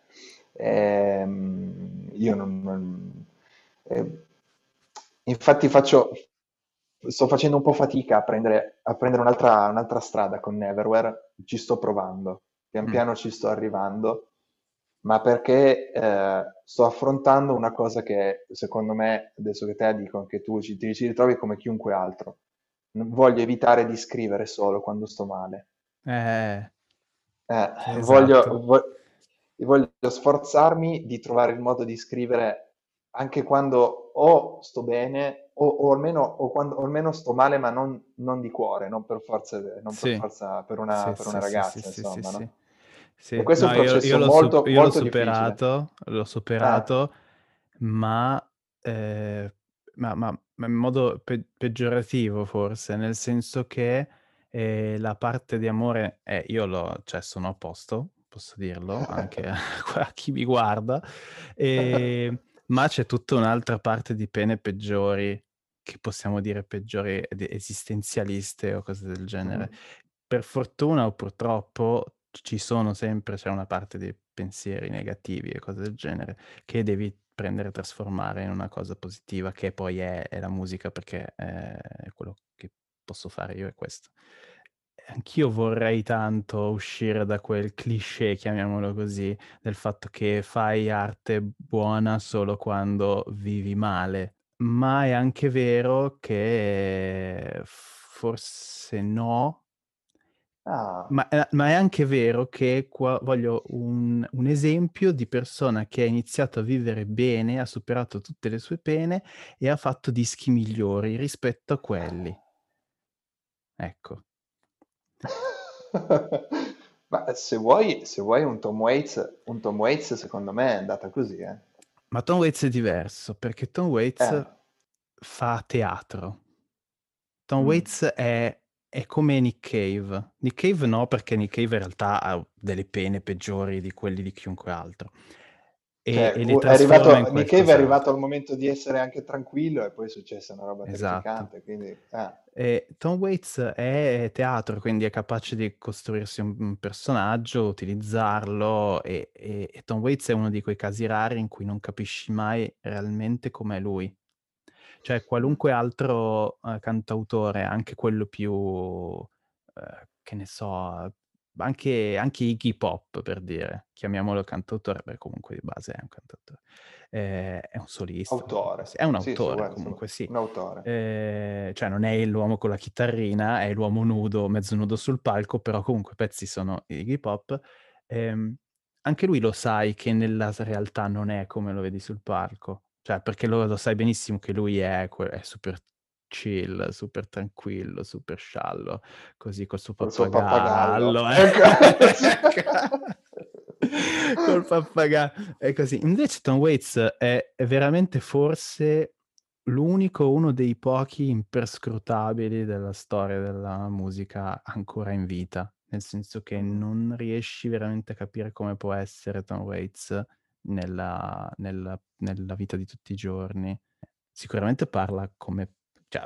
Ehm, io non, non- eh, infatti faccio, sto facendo un po' fatica a prendere, a prendere un'altra un'altra strada con Neverwhere, ci sto provando, pian mm, piano ci sto arrivando, ma perché eh, sto affrontando una cosa che secondo me, adesso che te dico anche tu, ci, ti ci ritrovi come chiunque altro. Non voglio evitare di scrivere solo quando sto male. eh, Eh, voglio, esatto, vo- voglio sforzarmi di trovare il modo di scrivere anche quando o sto bene o, o almeno, o quando, o almeno sto male, ma non, non di cuore, non per forza, non per sì. forza per una, Sì, per una sì, sì, sì, ragazza, sì, sì, insomma, sì. no? E Sì, questo è un no, io, io processo l'ho sup- molto, io l'ho molto difficile. superato, l'ho Eh, superato, ma, eh, ma, ma- ma in modo pe- peggiorativo forse, nel senso che eh, la parte di amore, eh, io lo, cioè, sono a posto, posso dirlo, anche a, a chi mi guarda, e- ma c'è tutta un'altra parte di pene peggiori, che possiamo dire peggiori ed esistenzialiste o cose del genere. Mhm. Per fortuna o purtroppo ci sono sempre, c'è una parte dei pensieri negativi e cose del genere che devi prendere e trasformare in una cosa positiva, che poi è, è la musica, perché eh, è quello che posso fare io, è questo. Anch'io vorrei tanto uscire da quel cliché, chiamiamolo così, del fatto che fai arte buona solo quando vivi male, ma è anche vero che forse no, Ah, ma, eh, ma è anche vero che qua voglio un, un esempio di persona che ha iniziato a vivere bene, ha superato tutte le sue pene e ha fatto dischi migliori rispetto a quelli. Ecco. ma se vuoi, se vuoi un Tom Waits, un Tom Waits secondo me è andata così, eh. Ma Tom Waits è diverso, perché Tom Waits Eh, fa teatro. Tom mm. Waits è, è come Nick Cave. Nick Cave no, perché Nick Cave in realtà ha delle pene peggiori di quelli di chiunque altro. E, Cioè, e li u- è trasforma in arrivato, Nick Cave è qualcos'altro. arrivato al momento di essere anche tranquillo e poi è successa una roba Esatto. terrificante, quindi... eh. E Tom Waits è teatro, quindi è capace di costruirsi un, un personaggio, utilizzarlo, e, e- e Tom Waits è uno di quei casi rari in cui non capisci mai realmente com'è lui. Cioè, Mm. qualunque altro eh, cantautore, anche quello più, eh, che ne so, anche, anche Iggy Pop, per dire, chiamiamolo cantautore, perché comunque di base è un cantautore, eh, è un solista, comunque, sì. Autore, È un sì, se autore, vuoi, insomma, comunque sì. un autore. Eh, cioè non è l'uomo con la chitarrina, è l'uomo nudo, mezzo nudo sul palco, però comunque i pezzi sono Iggy Pop. Ehm, Anche lui lo sai che nella realtà non è come lo vedi sul palco, cioè perché lo, lo sai benissimo che lui è, que- è super chill, super tranquillo, super sciallo, così col suo Col suo pappagallo. pappagallo, Ecco. eh. Col pappagallo, è così. Invece Tom Waits è, è veramente forse l'unico, uno dei pochi imperscrutabili della storia della musica ancora in vita, nel senso che Mm. non riesci veramente a capire come può essere Tom Waits nella, nella- nella vita di tutti i giorni. Sicuramente parla come... Cioè,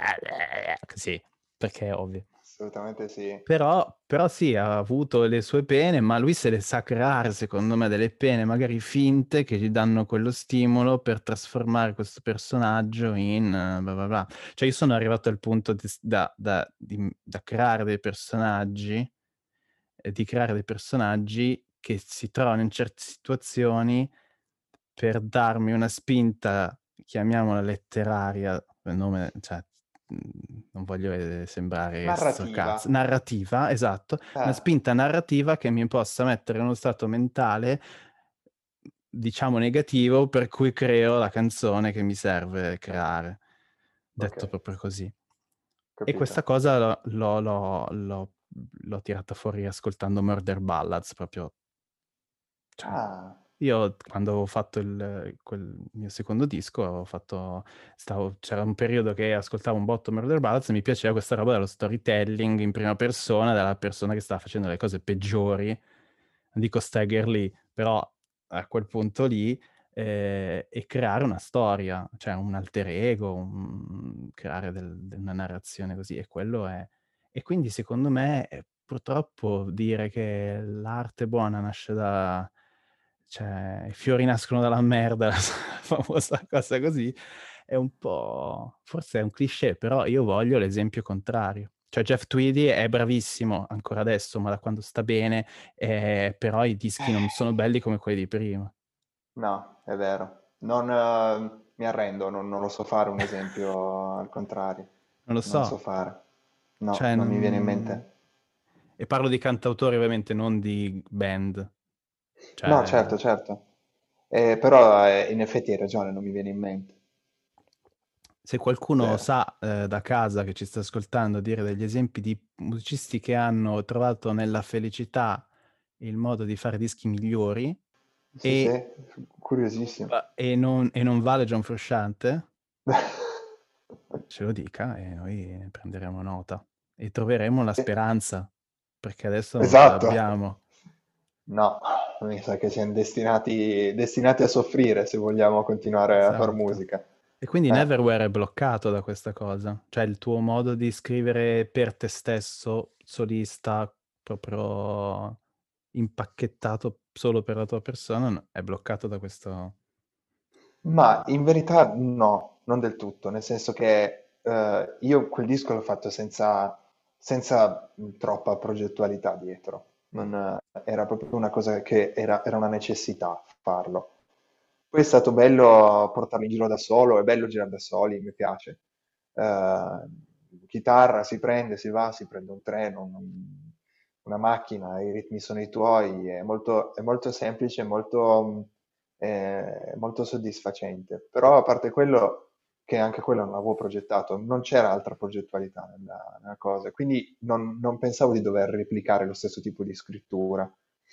sì, perché è ovvio. Assolutamente sì. Però, però sì, ha avuto le sue pene, ma lui se le sa creare, secondo me, delle pene magari finte che gli danno quello stimolo per trasformare questo personaggio in eh, bla bla bla. Cioè io sono arrivato al punto di- da, da- di- da creare dei personaggi, e di creare dei personaggi che si trovano in certe situazioni per darmi una spinta, chiamiamola letteraria, il nome, cioè, mh, non voglio eh, sembrare sto Narrativa. cazzo, narrativa, esatto, una Eh, spinta narrativa che mi possa mettere in uno stato mentale, diciamo, negativo, per cui creo la canzone che mi serve creare, ok, detto proprio così. E questa capito. cosa l'ho, l'ho- l'ho- l'ho- l'ho tirata fuori ascoltando Murder Ballads, proprio, cioè, Ah, io quando ho fatto il, quel mio secondo disco, ho fatto, stavo, c'era un periodo che ascoltavo un botto Murder Ballads e mi piaceva questa roba dello storytelling in prima persona, della persona che stava facendo le cose peggiori, non dico Stagger Lee, però a quel punto lì, eh, e creare una storia, cioè un alter ego, un- creare del- de- una narrazione così, e quello è... E quindi secondo me, eh, purtroppo dire che l'arte buona nasce da... cioè, i fiori nascono dalla merda, la famosa cosa così, è un po'... forse è un cliché, però io voglio l'esempio contrario. Cioè Jeff Tweedy è bravissimo ancora adesso, ma da quando sta bene, eh, però i dischi non sono belli come quelli di prima. no, è vero. Non, eh, mi arrendo, non, non lo so fare un esempio al contrario. Non lo Non lo so so, fare. No, cioè non mi viene in non... mente. E parlo di cantautori ovviamente, non di band. No, Cioè, certo, certo. Eh, però eh, in effetti hai ragione, non mi viene in mente. se qualcuno Zero. sa eh, da casa che ci sta ascoltando dire degli esempi di musicisti che hanno trovato nella felicità il modo di fare dischi migliori Sì, e, sì, curiosissimo. e non, e non vale John Frusciante, ce lo dica e noi ne prenderemo nota e troveremo la Sì, speranza, perché adesso non ce esatto. l'abbiamo. No, mi sa che siamo destinati, destinati a soffrire se vogliamo continuare a fare Esatto. musica. E quindi Eh, Neverwhere è bloccato da questa cosa, cioè il tuo modo di scrivere per te stesso, solista, proprio impacchettato solo per la tua persona, no, è bloccato da questo... ma in verità no, non del tutto, nel senso che eh, io quel disco l'ho fatto senza, senza troppa progettualità dietro. Non, eh, era proprio una cosa che era, era una necessità farlo. Poi è stato bello portarlo in giro da solo, è bello girare da soli, mi piace. Eh, chitarra, si prende, si va, si prende un treno, un- una macchina, i ritmi sono i tuoi, è molto, è molto semplice, molto, eh, molto soddisfacente. Però a parte quello, che anche quello non avevo progettato, non c'era altra progettualità nella, nella cosa, quindi non, non pensavo di dover replicare lo stesso tipo di scrittura.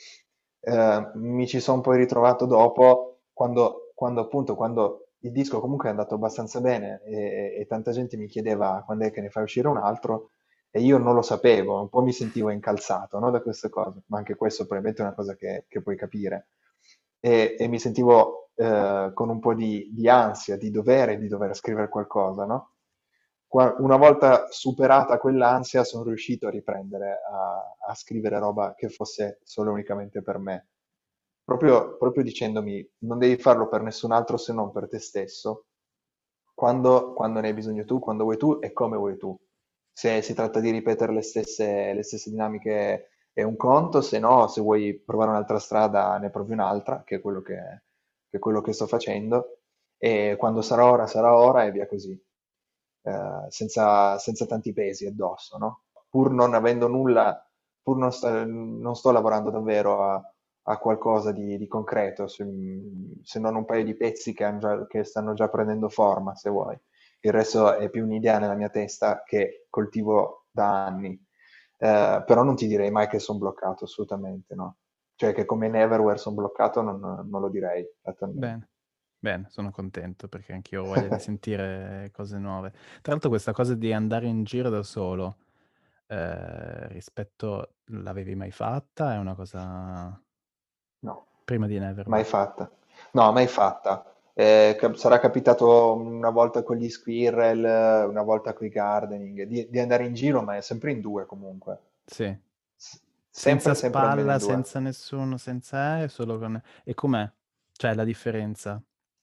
Eh, mi ci sono poi ritrovato dopo, quando, quando appunto, quando il disco comunque è andato abbastanza bene e, e tanta gente mi chiedeva quando è che ne fai uscire un altro, e io non lo sapevo, un po' mi sentivo incalzato, no, da queste cose, ma anche questo probabilmente è una cosa che, che puoi capire. E, e mi sentivo eh, con un po' di, di ansia, di dovere, di dover scrivere qualcosa, no? Qua- Una volta superata quell'ansia, sono riuscito a riprendere a, a scrivere roba che fosse solo e unicamente per me. Proprio, proprio dicendomi, non devi farlo per nessun altro se non per te stesso, quando, quando ne hai bisogno tu, quando vuoi tu e come vuoi tu. Se si tratta di ripetere le stesse, le stesse dinamiche è un conto, se no, se vuoi provare un'altra strada, ne provi un'altra, che è quello che, che è quello che sto facendo, e quando sarà ora, sarà ora e via così, eh, senza, senza tanti pesi addosso, no? Pur non avendo nulla, pur non, sta- non sto lavorando davvero a, a qualcosa di, di concreto, se, se non un paio di pezzi che, han già- che stanno già prendendo forma, se vuoi. Il resto è più un'idea nella mia testa che coltivo da anni. Eh, però non ti direi mai che sono bloccato, assolutamente no. Cioè che come Neverwhere sono bloccato non, non lo direi, attualmente. Bene, bene, sono contento perché anch'io ho voglia di sentire cose nuove. Tra l'altro questa cosa di andare in giro da solo, eh, rispetto, l'avevi mai fatta? È una cosa No, prima di mai Neverwhere? fatta. No, mai fatta. Eh, cap- sarà capitato una volta con gli squirrel, una volta con i gardening, di, di andare in giro, ma è sempre in due comunque. Sì. S- Senza sempre, sempre almeno spalla, in due. senza nessuno, senza... Eh, solo con... E com'è? Cioè, la differenza?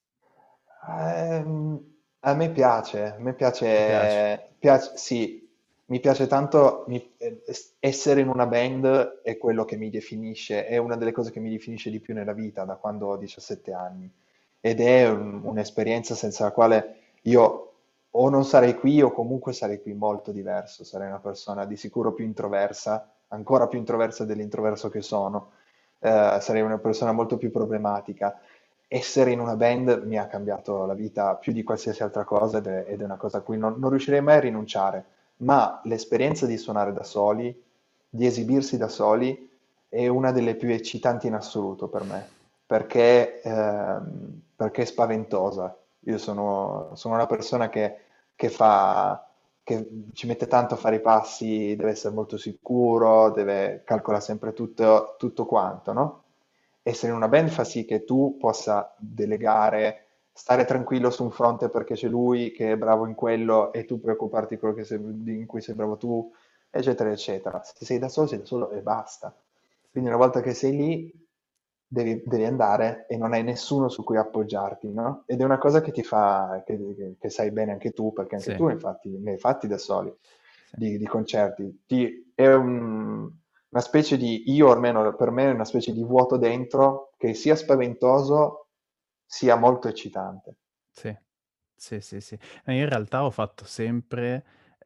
Ehm, a me piace, a me Ti piace? piace, piace, sì, mi piace tanto mi- eh, es- essere in una band è quello che mi definisce, è una delle cose che mi definisce di più nella vita da quando ho diciassette anni ed è un- un'esperienza senza la quale io o non sarei qui o comunque sarei qui molto diverso, sarei una persona di sicuro più introversa, ancora più introversa dell'introverso che sono, eh, sarei una persona molto più problematica. Essere in una band mi ha cambiato la vita più di qualsiasi altra cosa ed è, ed è una cosa a cui non, non riuscirei mai a rinunciare, ma l'esperienza di suonare da soli, di esibirsi da soli, è una delle più eccitanti in assoluto per me, perché, ehm, perché è spaventosa. Io sono, sono una persona che, che fa, che ci mette tanto a fare i passi, deve essere molto sicuro, deve calcola sempre tutto, tutto quanto, no? Essere in una band fa sì che tu possa delegare, stare tranquillo su un fronte perché c'è lui che è bravo in quello e tu preoccuparti di quello che sei- in cui sei bravo tu, eccetera, eccetera. Se sei da solo, sei da solo e basta. Sì. Quindi una volta che sei lì, devi, devi andare e non hai nessuno su cui appoggiarti, no? Ed è una cosa che ti fa, che, che- che sai bene anche tu, perché anche Sì, tu infatti ne hai fatti da soli, sì. di, di concerti. Ti- è un- una specie di, io almeno per me è una specie di vuoto dentro che sia spaventoso sia molto eccitante. Sì, sì, sì, sì. E io in realtà ho fatto sempre,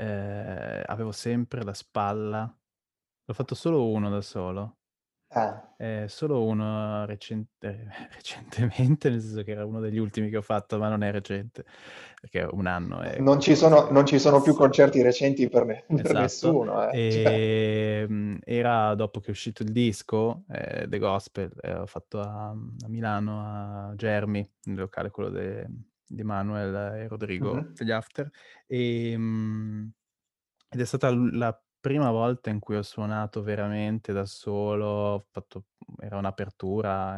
eh, avevo sempre la spalla, l'ho fatto solo uno da solo, Eh. eh, solo uno recen- eh, recentemente, nel senso che era uno degli ultimi che ho fatto, ma non è recente, perché un anno è Non ci qualcosa sono, di non ci sono più assurdo. concerti recenti per, ne- per Esatto, nessuno, eh. Cioè. e mm, era dopo che è uscito il disco, eh, The Gospel, eh, ho fatto a, a Milano, a Germi, nel locale quello de- di Manuel e Rodrigo Mhm. degli After, e, mm, ed è stata l- la prima volta in cui ho suonato veramente da solo, ho fatto- era un'apertura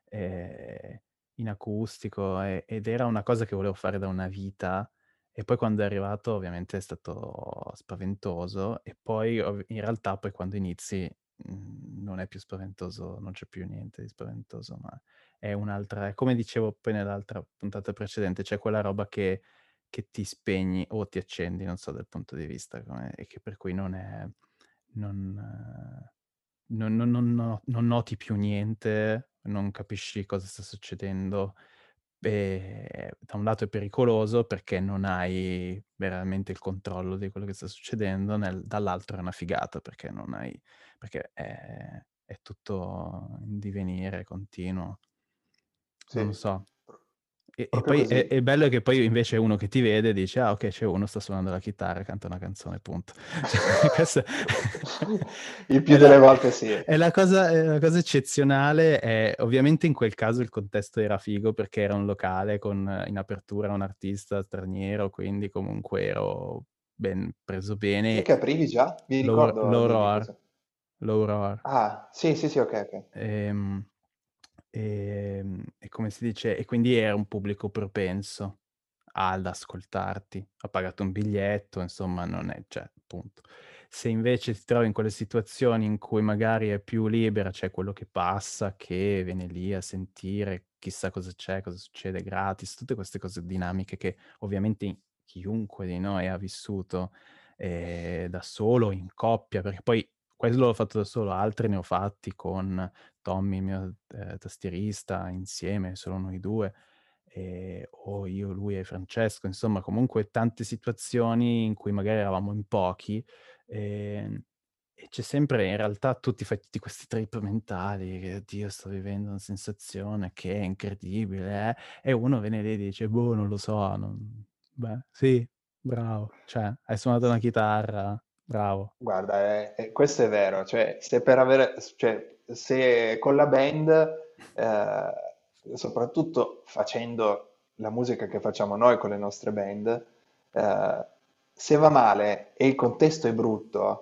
eh, in acustico e- ed era una cosa che volevo fare da una vita e poi quando è arrivato ovviamente è stato spaventoso e poi ov- in realtà poi quando inizi mh, non è più spaventoso, non c'è più niente di spaventoso, ma è un'altra, è come dicevo poi nell'altra puntata precedente, c'è quella roba che, che ti spegni o ti accendi, non so, dal punto di vista, come- e che per cui non è, non, eh, non, non- non no- non noti più niente, non capisci cosa sta succedendo, E da un lato è pericoloso perché non hai veramente il controllo di quello che sta succedendo, nel dall'altro è una figata perché non hai perché è è tutto in divenire continuo. Sì, Non lo so. pro- E e proprio poi è così. è bello che poi invece uno che ti vede dice: "Ah okay, c'è uno, sta suonando la chitarra, canta una canzone, punto." Cioè questa Il più è la delle volte sì. è la cosa è la cosa eccezionale, e ovviamente in quel caso il contesto era figo perché era un locale con in apertura un artista straniero, quindi comunque ero ben preso Chi è bene. che aprivi già? Mi Low ricordo Low di, di Roar, cosa. Low Roar. Ah, sì, sì, sì, ok, ok. Ehm, ehm, e come si dice e quindi era un pubblico propenso ad ascoltarti. Ha pagato un biglietto, insomma non è cioè, appunto. Se invece ti trovi in quelle situazioni in cui magari è più libera, c'è quello che passa, che viene lì a sentire chissà cosa c'è, cosa succede gratis, tutte queste cose dinamiche che ovviamente chiunque di noi ha vissuto, ehm, da solo, in coppia, perché poi quello l'ho fatto da solo, altri ne ho fatti con Tommy, il mio, ehm, tastierista, insieme, solo noi due, ehm, o io, lui e Francesco, insomma comunque tante situazioni in cui magari eravamo in pochi, ehm, e c'è sempre in realtà tu ti fai tutti questi trip mentali che: "Oddio, sto vivendo una sensazione che è incredibile, eh", e uno viene lì e dice: "Boh, non lo so, non beh, sì, bravo, cioè hai suonato una chitarra, bravo." Guarda, è- è- questo è vero, cioè se per avere, cioè, se con la band, eh, soprattutto facendo la musica che facciamo noi con le nostre band, eh, se va male e il contesto è brutto,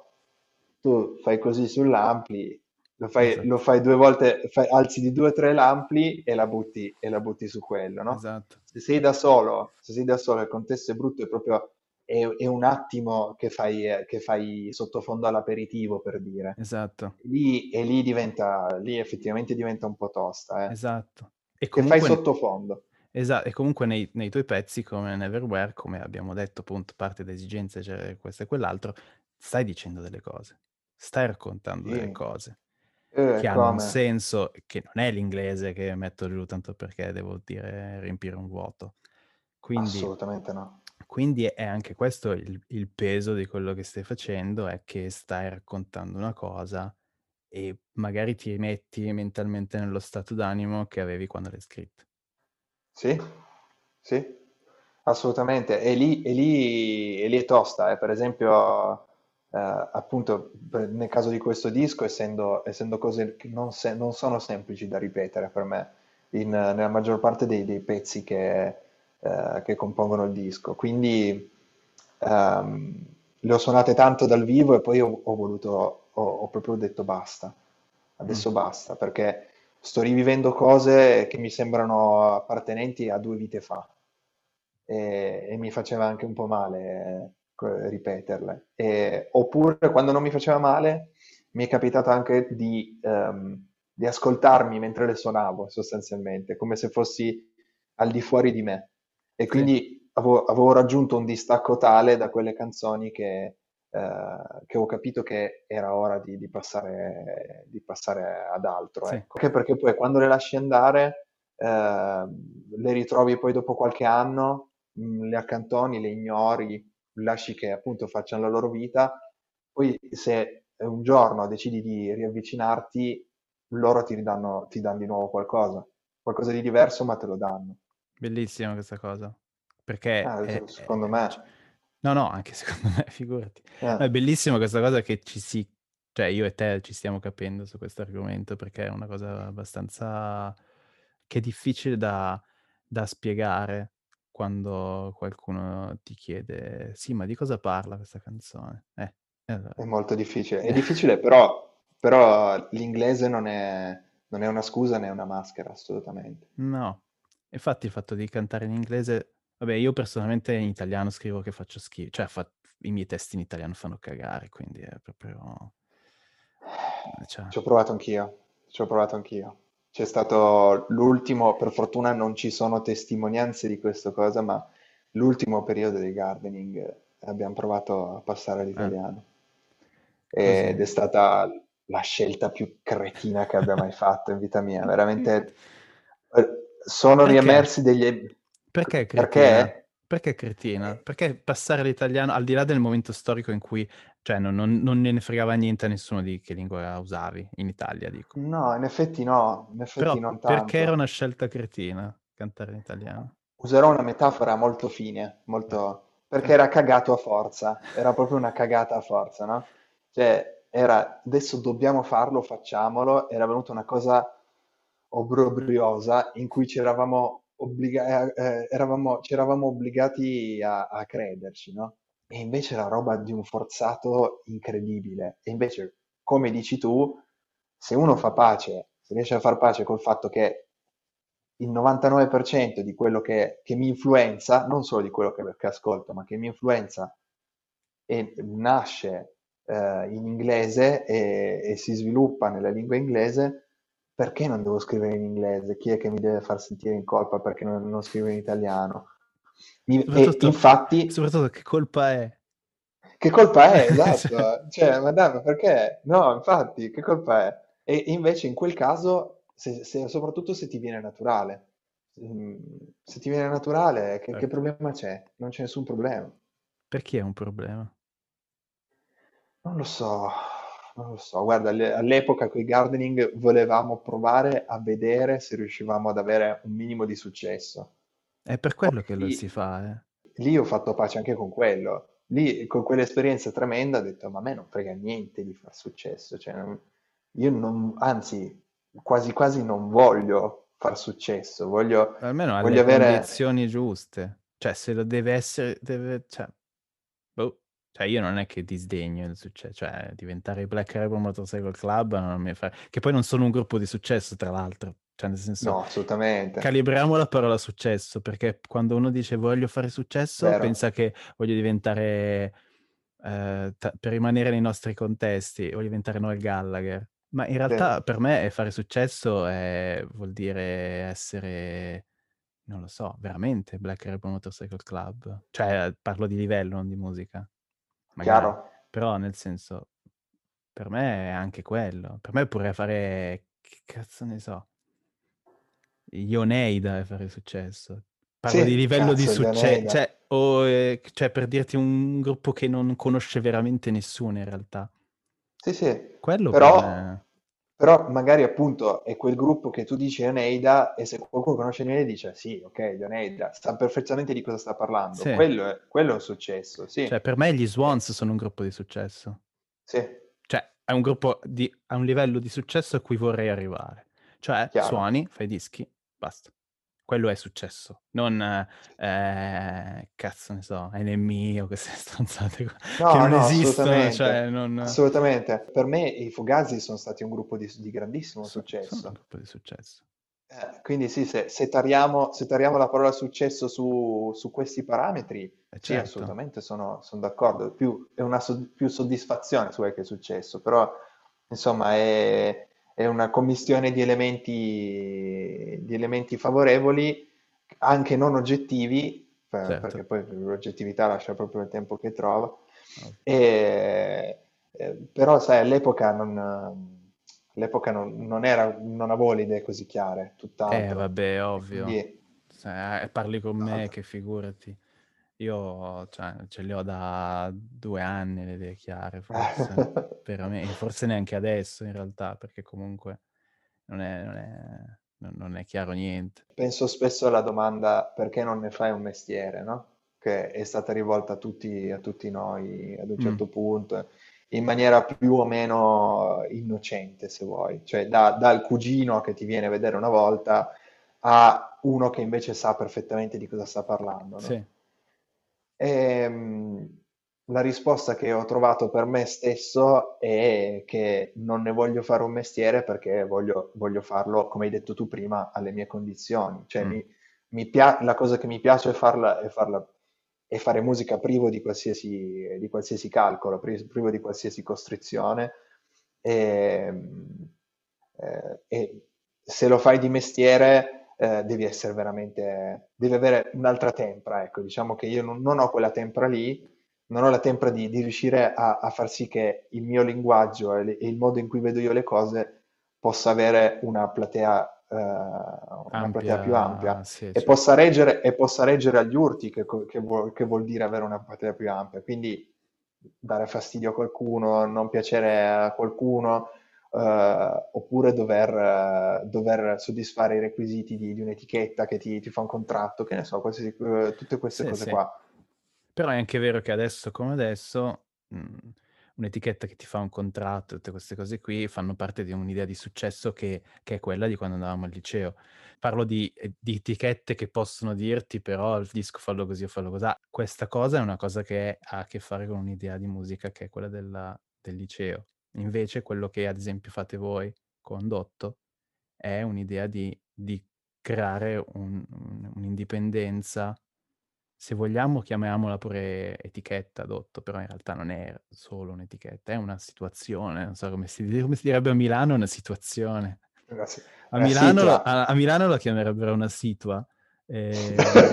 tu fai così sull'ampli, lo fai, lo Esatto, fai due volte, fai- alzi di due o tre l'ampli e la butti, e la butti su quello, no? esatto, Se sei da solo, se sei da solo e il contesto è brutto, è proprio è, è un attimo che fai, eh, che fai sottofondo all'aperitivo, per dire. esatto. Lì, e lì diventa, lì effettivamente diventa un po' tosta, eh. Esatto. E Che fai comunque sottofondo. esa e comunque nei nei tuoi pezzi come Neverwhere, come abbiamo detto appunto, parte da esigenze, cioè questo e quell'altro, stai dicendo delle cose, stai raccontando delle Sì. cose Eh, che hanno un come? senso, che non è l'inglese che metto giù tanto perché devo dire riempire un vuoto. Quindi Assolutamente no. quindi è anche questo il il peso di quello che stai facendo, è che stai raccontando una cosa e magari ti rimetti mentalmente nello stato d'animo che avevi quando l'hai scritto. Sì, sì, assolutamente. E lì, e lì, e lì è tosta, eh. Per esempio, eh, appunto, per- nel caso di questo disco, essendo, essendo cose che non, se- non sono semplici da ripetere per me, in- nella maggior parte dei, dei pezzi che, eh, che compongono il disco. Quindi ehm, le ho suonate tanto dal vivo e poi ho, ho voluto, ho, ho proprio detto basta, Mh, adesso basta, perché sto rivivendo cose che mi sembrano appartenenti a due vite fa e, e mi faceva anche un po' male eh, co- ripeterle. E- oppure quando non mi faceva male, mi è capitato anche di, ehm, di ascoltarmi mentre le suonavo, sostanzialmente, come se fossi al di fuori di me. E sì, quindi avevo, avevo raggiunto un distacco tale da quelle canzoni che, eh, che ho capito che era ora di, di passare, di passare ad altro, sì, ecco. Anche perché poi quando le lasci andare, eh, le ritrovi poi dopo qualche anno, mh, le accantoni, le ignori, lasci che appunto facciano la loro vita, poi se un giorno decidi di riavvicinarti, loro ti ridanno, ti danno di nuovo qualcosa, qualcosa di diverso, ma te lo danno. bellissima questa cosa, perché Ah, è s- è secondo c me. no, no, anche secondo me, figurati. Eh, No, è bellissima questa cosa che ci si cioè io e te ci stiamo capendo su questo argomento, perché è una cosa abbastanza che è difficile da da spiegare quando qualcuno ti chiede: "Sì, ma di cosa parla questa canzone?" Eh, e è allora molto difficile. È difficile, però, però l'inglese non è, non è una scusa né una maschera, assolutamente. no. Infatti il fatto di cantare in inglese vabbè, io personalmente in italiano scrivo che faccio schi cioè fa i miei testi in italiano fanno cagare, quindi è proprio cioè Ci ho provato anch'io, ci ho provato anch'io. C'è stato l'ultimo, per fortuna non ci sono testimonianze di questa cosa, ma l'ultimo periodo di gardening eh, abbiamo provato a passare eh, all'italiano. così. Ed è stata la scelta più cretina che abbia mai fatto in vita mia. Veramente, eh, sono Perché? riemersi degli... Perché cretina? Perché? Perché cretina? Eh, Perché passare l'italiano, al di là del momento storico in cui, cioè, non, non- non ne fregava niente a nessuno di che lingua usavi, in Italia, dico. No, in effetti no, in effetti Però non perché era tanto. una scelta cretina cantare in italiano? Userò una metafora molto fine, Vai. molto... perché Sì. era cagato a forza, era proprio una cagata a forza, no? Cioè, era adesso dobbiamo farlo, facciamolo, era venuta una cosa obbrobriosa in cui ci eravamo, obbliga- eh, eh, eravamo, ci eravamo obbligati a, a crederci, no? E invece era roba di un forzato incredibile. E invece, come dici tu, se uno fa pace, se riesce a far pace col fatto che il novantanove per cento di quello che, che mi influenza, non solo di quello che, che ascolto, ma che mi influenza e nasce eh, in inglese e, e si sviluppa nella lingua inglese, perché non devo scrivere in inglese? Chi è che mi deve far sentire in colpa perché non, non scrivo in italiano? Mi- e Soprattutto, infatti, soprattutto che colpa è? che colpa è? Cioè, Esatto, cioè, madame, perché? No, infatti, che colpa è? E invece in quel caso, se- se- soprattutto se ti viene naturale, Mm, se ti viene naturale, che, che certo. problema c'è? Non c'è nessun problema. Per chi è un problema? Non lo so, non lo so. Guarda, alle- all'epoca con i gardening volevamo provare a vedere se riuscivamo ad avere un minimo di successo. È per Poi quello che lo si lì, fa, eh. lì ho fatto pace anche con quello. Lì, con quell'esperienza tremenda, ho detto, ma a me non frega niente di far successo. Cioè, non- io non, anzi, quasi quasi non voglio far successo. Voglio, Almeno ha voglio le avere... condizioni giuste. Cioè, se lo deve essere, deve, cioè, boh. Cioè, io non è che disdegno il successo, cioè, diventare i Black Rebel Motorcycle Club non mi fa... Che poi non sono un gruppo di successo, tra l'altro. Cioè, nel senso, No, assolutamente. calibriamo la parola successo, perché quando uno dice voglio fare successo, Vero? pensa che voglio diventare, eh, ta- per rimanere nei nostri contesti, voglio diventare Noel Gallagher. Ma in Sì. realtà per me è fare successo è- vuol dire essere, non lo so, veramente Black Rebel Motorcycle Club. Cioè, parlo di livello, non di musica, magari. Chiaro? Però nel senso, per me è anche quello. Per me è pure fare, che cazzo ne so, Ioneida e fare successo. Parlo di Sì, livello di cazzo, gli successo, Oneida. cioè, o, eh, cioè, per dirti un gruppo che non conosce veramente nessuno in realtà. Sì, sì, Quello per però, me... però magari appunto è quel gruppo che tu dici Oneida e se qualcuno conosce Oneida dice sì, ok, gli Oneida, sa perfettamente di cosa sta parlando. Sì, Quello è, quello è un successo, sì. cioè per me gli Eh, Swans sono un gruppo di successo. sì, Cioè, è un gruppo di, a un livello di successo a cui vorrei arrivare. Cioè, chiaro. suoni, fai dischi, basta. Quello è successo. Non, eh, cazzo ne so, N M E o queste stronzate qua, che No, non no, esistono, cioè, assolutamente, non... assolutamente. Per me i Fugazi sono stati un gruppo di, di grandissimo so- sono un successo. gruppo di successo. Eh, quindi sì, se, se tariamo, se tariamo la parola successo su, su questi parametri, E sì, certo. assolutamente sono, sono d'accordo. Più, è una so- più soddisfazione su quel che è successo, però insomma è, è una commistione di elementi, di elementi favorevoli, anche non oggettivi, per- perché Certo. poi l'oggettività lascia proprio il tempo che trova. Ovvio. E, eh, però sai, all'epoca non, all'epoca non, non era, non avevo le idee così chiare, Eh, tutt'altro. vabbè, E ovvio. quindi, Se eh, parli con me, tutt'altro. che figurati. Io, cioè, ce le ho da due anni le idee chiare, forse. Veramente, forse neanche adesso, in realtà, perché comunque non è, non è, non- non è chiaro niente. Penso spesso alla domanda perché non ne fai un mestiere, no? Che è stata rivolta a tutti, a tutti noi ad un Mm, certo punto, in maniera più o meno innocente, se vuoi. Cioè, da- dal cugino che ti viene a vedere una volta a uno che invece sa perfettamente di cosa sta parlando, no? sì. Ehm, la risposta che ho trovato per me stesso è che non ne voglio fare un mestiere perché voglio, voglio farlo, come hai detto tu prima, alle mie condizioni. Cioè, Mm, mi, mi pia- la cosa che mi piace è farla, è farla, è fare musica privo di qualsiasi, di qualsiasi calcolo, pri- privo di qualsiasi costrizione. E, eh, e se lo fai di mestiere, eh, devi essere veramente, devi avere un'altra tempra, ecco, diciamo che io non, non ho quella tempra lì, non ho la tempra di, di riuscire a, a far sì che il mio linguaggio e, le- e il modo in cui vedo io le cose possa avere una platea eh, una platea più Ampia, ampia sì, e certo. possa reggere, e possa reggere agli urti, che, co- che vuol, che vuol dire avere una platea più ampia. Quindi dare fastidio a qualcuno, non piacere a qualcuno, eh, oppure dover, eh, dover soddisfare i requisiti di, di un'etichetta che ti, ti fa un contratto, che ne so, qualsiasi- eh, tutte queste Sì, cose sì. qua. Però è anche vero che adesso come adesso mh, un'etichetta che ti fa un contratto, tutte queste cose qui fanno parte di un'idea di successo che, che è quella di quando andavamo al liceo. Parlo di, eh, di etichette che possono dirti però il disco fallo così o fallo così. Questa cosa è una cosa che ha a che fare con un'idea di musica che è quella della- del liceo. Invece quello che ad esempio fate voi con Dotto è un'idea di, di creare un- un- un'indipendenza, se vogliamo chiamiamola pure etichetta Dotto, però in realtà non è solo un'etichetta, è una situazione, non so come si, come si direbbe a Milano, è una situazione. Una, si- A una Milano, lo- sigla. a, a Milano la chiamerebbero una situa. Eh,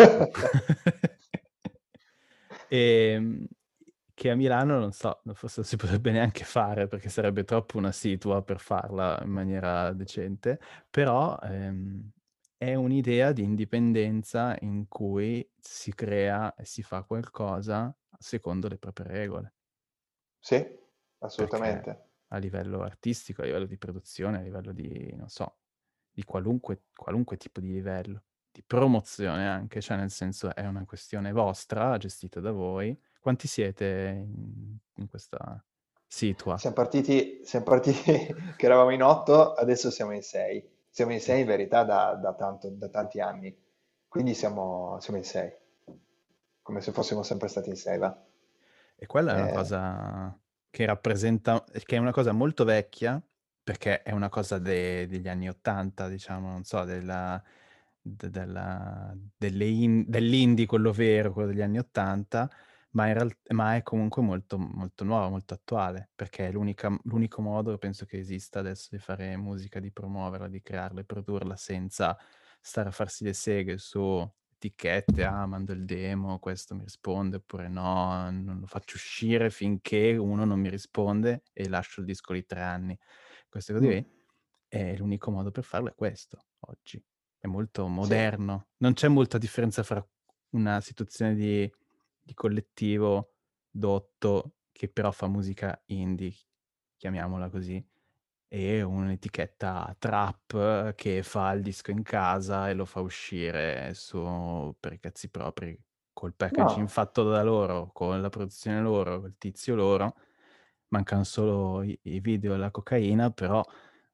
e, che a Milano, non so, forse non si potrebbe neanche fare perché sarebbe troppo una situa per farla in maniera decente, però ehm, è un'idea di indipendenza in cui si crea e si fa qualcosa secondo le proprie regole, Sì, perché assolutamente. a livello artistico, a livello di produzione, a livello di, non so, di qualunque, qualunque tipo di livello, di promozione anche, cioè nel senso è una questione vostra, gestita da voi. Quanti siete in, in questa situa? Siamo partiti, siamo partiti che eravamo in otto, adesso siamo in sei. Siamo in sei in verità da, da tanto- da tanti anni, quindi siamo, siamo in sei, come se fossimo sempre stati in sei, va? E quella è una Eh, cosa che rappresenta, che è una cosa molto vecchia, perché è una cosa de- degli anni Ottanta, diciamo, non so, della, de- della- delle in- dell'indie, quello vero, quello degli anni Ottanta, ma, in real- ma è comunque molto, molto nuovo, molto attuale, perché è l'unica- l'unico modo, penso che esista adesso, di fare musica, di promuoverla, di crearla e produrla senza stare a farsi le seghe su etichette, ah, mando il demo, questo mi risponde, oppure no, non lo faccio uscire finché uno non mi risponde e lascio il disco lì tre anni. Queste cose mm, qui, e l'unico modo per farlo è questo, oggi. È molto sì. moderno. Non c'è molta differenza fra una situazione di, di collettivo dotto che però fa musica indie, chiamiamola così, e un'etichetta trap che fa il disco in casa e lo fa uscire su, per i cazzi propri, col packaging No. fatto da loro, con la produzione loro, col tizio loro. Mancano solo i, i video e la cocaina, però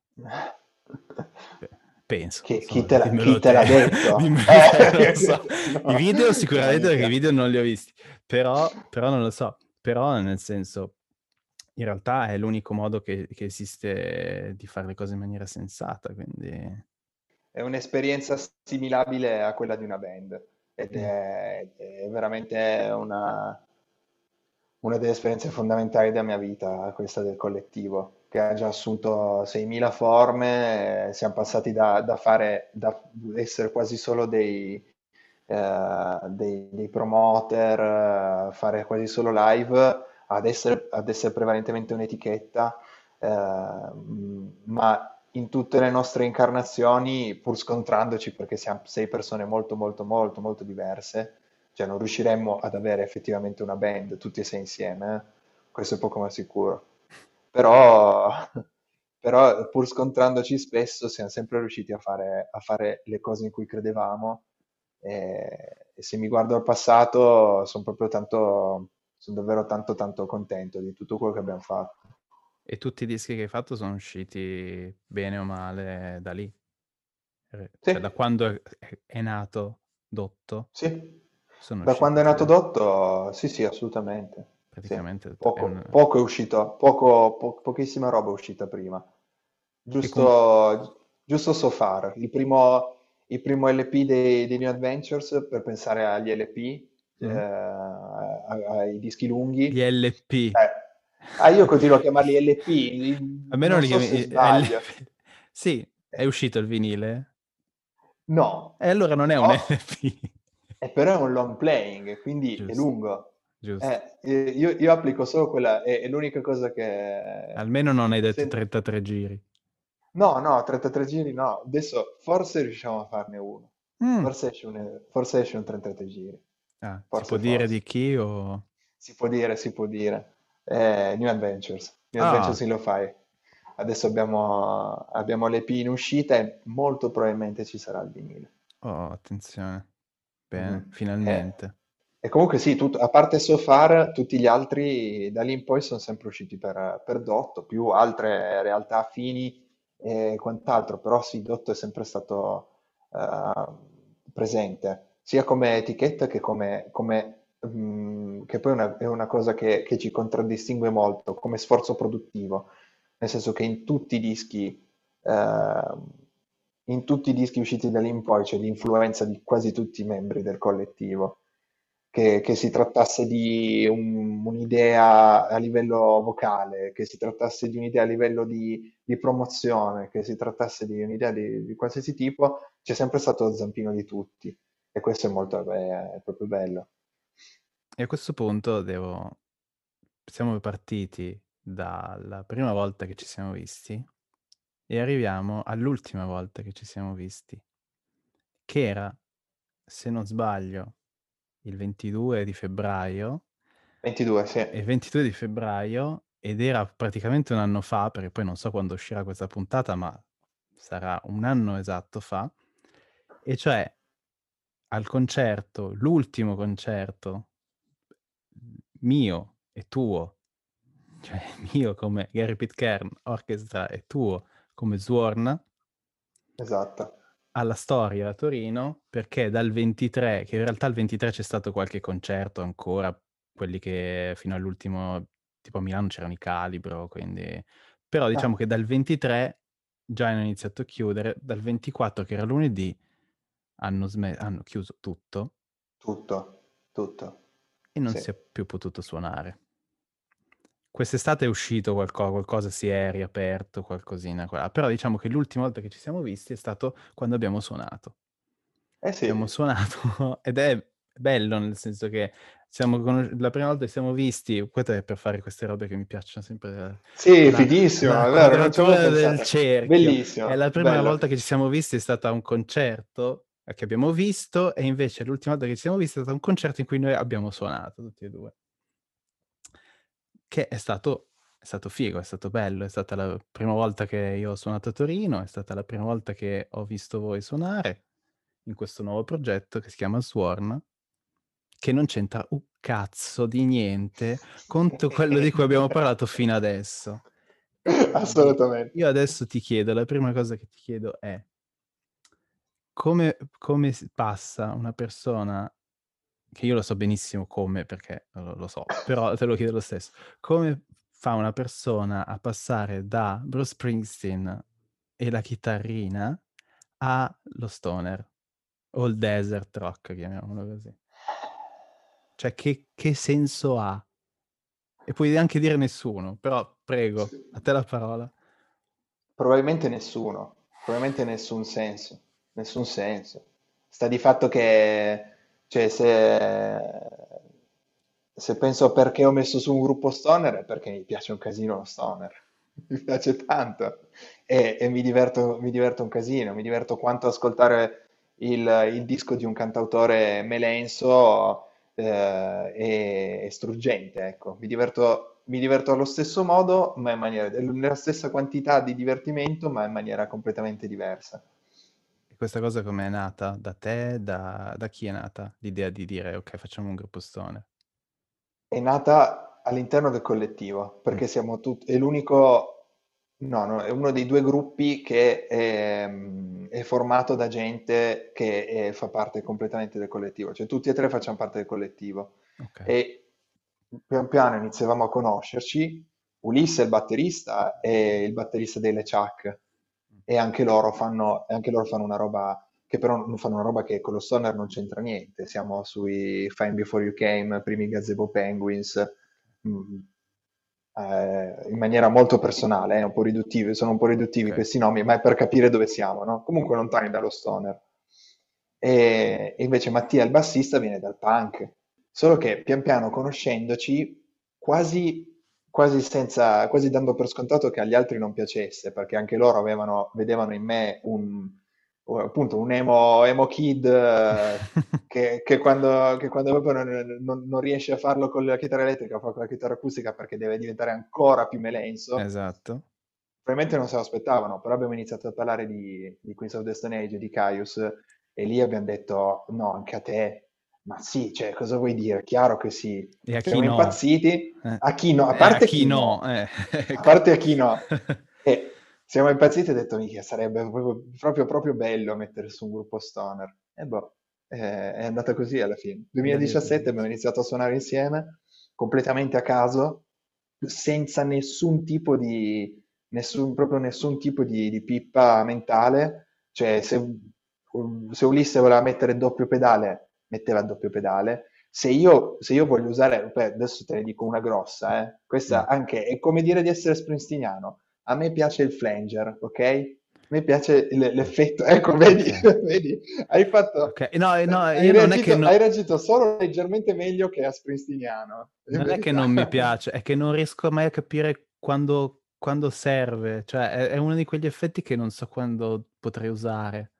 eh, penso, Chi, chi insomma, te l'ha chi dimmelo te te, l'ha detto? dimmelo te, non lo so. Eh, I no, video no, sicuramente perché i mica. video non li ho visti, però, però non lo so, però nel senso, in realtà è l'unico modo che, che esiste di fare le cose in maniera sensata, quindi È un'esperienza assimilabile a quella di una band ed mm, è, è veramente una, una delle esperienze fondamentali della mia vita, questa del collettivo, che ha già assunto seimila forme, eh, siamo passati da, da fare, da essere quasi solo dei, eh, dei, dei promoter, eh, fare quasi solo live, ad essere, ad essere prevalentemente un'etichetta, eh, ma in tutte le nostre incarnazioni, pur scontrandoci perché siamo sei persone molto molto molto molto diverse, cioè non riusciremmo ad avere effettivamente una band tutti e sei insieme, eh. Questo è poco ma sicuro. Però, però pur scontrandoci spesso siamo sempre riusciti a fare, a fare le cose in cui credevamo e, e se mi guardo al passato sono proprio tanto, sono davvero tanto tanto contento di tutto quello che abbiamo fatto. e tutti i dischi che hai fatto sono usciti bene o male da lì. Eh, Sì, cioè da quando è, è- è nato Dotto, sì. sono Da quando usciti è nato bene. Dotto, sì, sì, assolutamente. Sì. Praticamente è Poco, un... poco è uscito, poco, po- pochissima roba è uscita prima. E com- Giusto, giusto So Far, il primo, il primo L P dei, dei New Adventures per pensare agli L P, eh, mm? a- ai dischi Gli lunghi. L P. Eh, ah, io continuo a chiamarli L P, A me non non li so chiami se eh, sbaglio. L P. Sì, è Eh, uscito il vinile? no, E allora non è un no, L P. e però è un long playing, quindi è Giusto, lungo. giusto. Eh, eh, io, io applico solo quella, è, è l'unica cosa che... Almeno non hai detto se- trentatré giri. No, no, trentatré giri no. Adesso forse riusciamo a farne uno. Mm. Forse esce un, forse esce un trentatré giri. Ah, si può Forse, dire di forse. chi o... Si può dire, si può dire. Eh, New Adventures. New Adventures Ah, in Lo-Fi. Adesso abbiamo, abbiamo l'E P in uscita e molto probabilmente ci sarà il vinile. oh, attenzione. Bene, Mhm. Eh, finalmente. e comunque sì, tut- a parte So Far, tutti gli altri da lì in poi sono sempre usciti per, per Dotto, più altre realtà affini e quant'altro, però sì, Dotto è sempre stato eh, presente, sia come etichetta che come, come, mm, che poi è una, è una cosa che, che ci contraddistingue molto, come sforzo produttivo, nel senso che in tutti i dischi eh, in tutti i dischi usciti da lì in poi c'è l'influenza di quasi tutti i membri del collettivo, che, che si trattasse di un- un'idea a livello vocale, che si trattasse di un'idea a livello di, di promozione, che si trattasse di un'idea di, di qualsiasi tipo, c'è sempre stato lo zampino di tutti e questo è molto, è, è proprio bello. E a questo punto devo... Siamo partiti dalla prima volta che ci siamo visti e arriviamo all'ultima volta che ci siamo visti, che era, se non sbaglio, il ventidue di febbraio, ventidue, sì. e il ventidue di febbraio, ed era praticamente un anno fa, perché poi non so quando uscirà questa puntata, ma sarà un anno esatto fa, e cioè al concerto, l'ultimo concerto mio e tuo, cioè mio come Gary Pitcairn Orchestra e tuo come Zworn, Esatto. alla Storia a Torino, perché dal ventitré, che in realtà il ventitré c'è stato qualche concerto ancora, quelli che fino all'ultimo, tipo a Milano c'erano i Calibro, quindi... Però diciamo Ah, che dal ventitré già hanno iniziato a chiudere, dal ventiquattro che era lunedì hanno, sme- hanno chiuso tutto tutto, tutto. e non Sì. si è più potuto suonare. Quest'estate è uscito qualcosa, qualcosa si è riaperto, qualcosina, qua. Però diciamo che l'ultima volta che ci siamo visti è stato quando abbiamo suonato. Eh Abbiamo sì, suonato ed è bello nel senso che siamo conos- la prima volta che siamo visti, questo è per fare queste robe che mi piacciono sempre, sì, la, fighissimo, la è vero, non ci avevo quadratura del pensato. cerchio. E Bellissimo, la prima bello. volta che ci siamo visti è stata un concerto che abbiamo visto e invece l'ultima volta che ci siamo visti è stato un concerto in cui noi abbiamo suonato tutti e due. Che è stato, è stato figo, è stato bello, è stata la prima volta che io ho suonato a Torino, è stata la prima volta che ho visto voi suonare in questo nuovo progetto che si chiama Swarm, che non c'entra un cazzo di niente con tutto quello di cui abbiamo parlato fino adesso. E quindi Assolutamente. io adesso ti chiedo, la prima cosa che ti chiedo è come, come si passa una persona, che io lo so benissimo come, perché lo, lo so, però te lo chiedo lo stesso, come fa una persona a passare da Bruce Springsteen e la chitarrina allo stoner, o il desert rock, chiamiamolo così. Cioè, che, che senso ha? E puoi anche dire nessuno, però prego, a te la parola. Probabilmente nessuno, probabilmente nessun senso, nessun senso. Sta di fatto che, cioè, se, se penso a perché ho messo su un gruppo stoner è perché mi piace un casino lo stoner, mi piace tanto e, e mi diverto, mi diverto un casino, mi diverto quanto ascoltare il, il disco di un cantautore melenso eh, e, e struggente, ecco. Mi diverto, mi diverto allo stesso modo, ma in maniera, nella stessa quantità di divertimento, ma in maniera completamente diversa. E questa cosa com'è nata? Da te? Da, da chi è nata l'idea di dire ok, facciamo un gruppo stoner? È nata all'interno del collettivo, Mm, perché siamo tutti, è l'unico, no, no, è uno dei due gruppi che è, è formato da gente che eh, fa parte completamente del collettivo, cioè tutti e tre facciamo parte del collettivo. ok. E pian piano iniziavamo a conoscerci. Ulisse è il batterista e il batterista dei LeChuck e anche loro fanno, e anche loro fanno una roba che però non fanno una roba che con lo stoner non c'entra niente. Siamo sui Fine Before You Came, primi Gazebo Penguins, mh, eh, in maniera molto personale, eh, un po' riduttivi, sono un po' riduttivi Ok. questi nomi, ma è per capire dove siamo, no? Comunque lontani dallo stoner. E, e invece Mattia, il bassista, viene dal punk. Solo che pian piano conoscendoci, quasi quasi senza, quasi dando per scontato che agli altri non piacesse, perché anche loro avevano, vedevano in me un, appunto, un emo, emo kid eh, che, che quando, che quando proprio non, non- non riesce a farlo con la chitarra elettrica, fa con la chitarra acustica perché deve diventare ancora più melenso. Esatto. Probabilmente non se lo aspettavano, però abbiamo iniziato a parlare di, di Queens of the Stone Age, di Caius, e lì abbiamo detto, no, anche a te, ma sì, cioè, cosa vuoi dire? Chiaro che sì. E a chi Siamo no? impazziti, Eh. a chi no, a Eh, a parte chi chi no? no, Eh, a ecco. parte a chi no. E siamo impazziti e ho detto, minchia, sarebbe proprio, proprio, proprio bello mettere su un gruppo stoner. E boh, eh, è andata così alla fine. È andata duemiladiciassette così, abbiamo sì. iniziato a suonare insieme, completamente a caso, senza nessun tipo di, nessun, proprio nessun tipo di, di pippa mentale. Cioè, se, se Ulisse voleva mettere il doppio pedale, metteva il doppio pedale. Se io, se io voglio usare, beh, adesso te ne dico una grossa, eh. Mm. Questa anche è come dire di essere springsteeniano. A me piace il flanger, ok? A me piace l- Mm. l'effetto, ecco, vedi, Ok. vedi, hai fatto, Ok. No, eh, no, hai io non è che reagito, hai no- reagito solo leggermente meglio che a springsteeniano, in non è che verità. non mi piace, è che non riesco mai a capire quando, quando serve. Cioè, è, è uno di quegli effetti che non so quando potrei usare.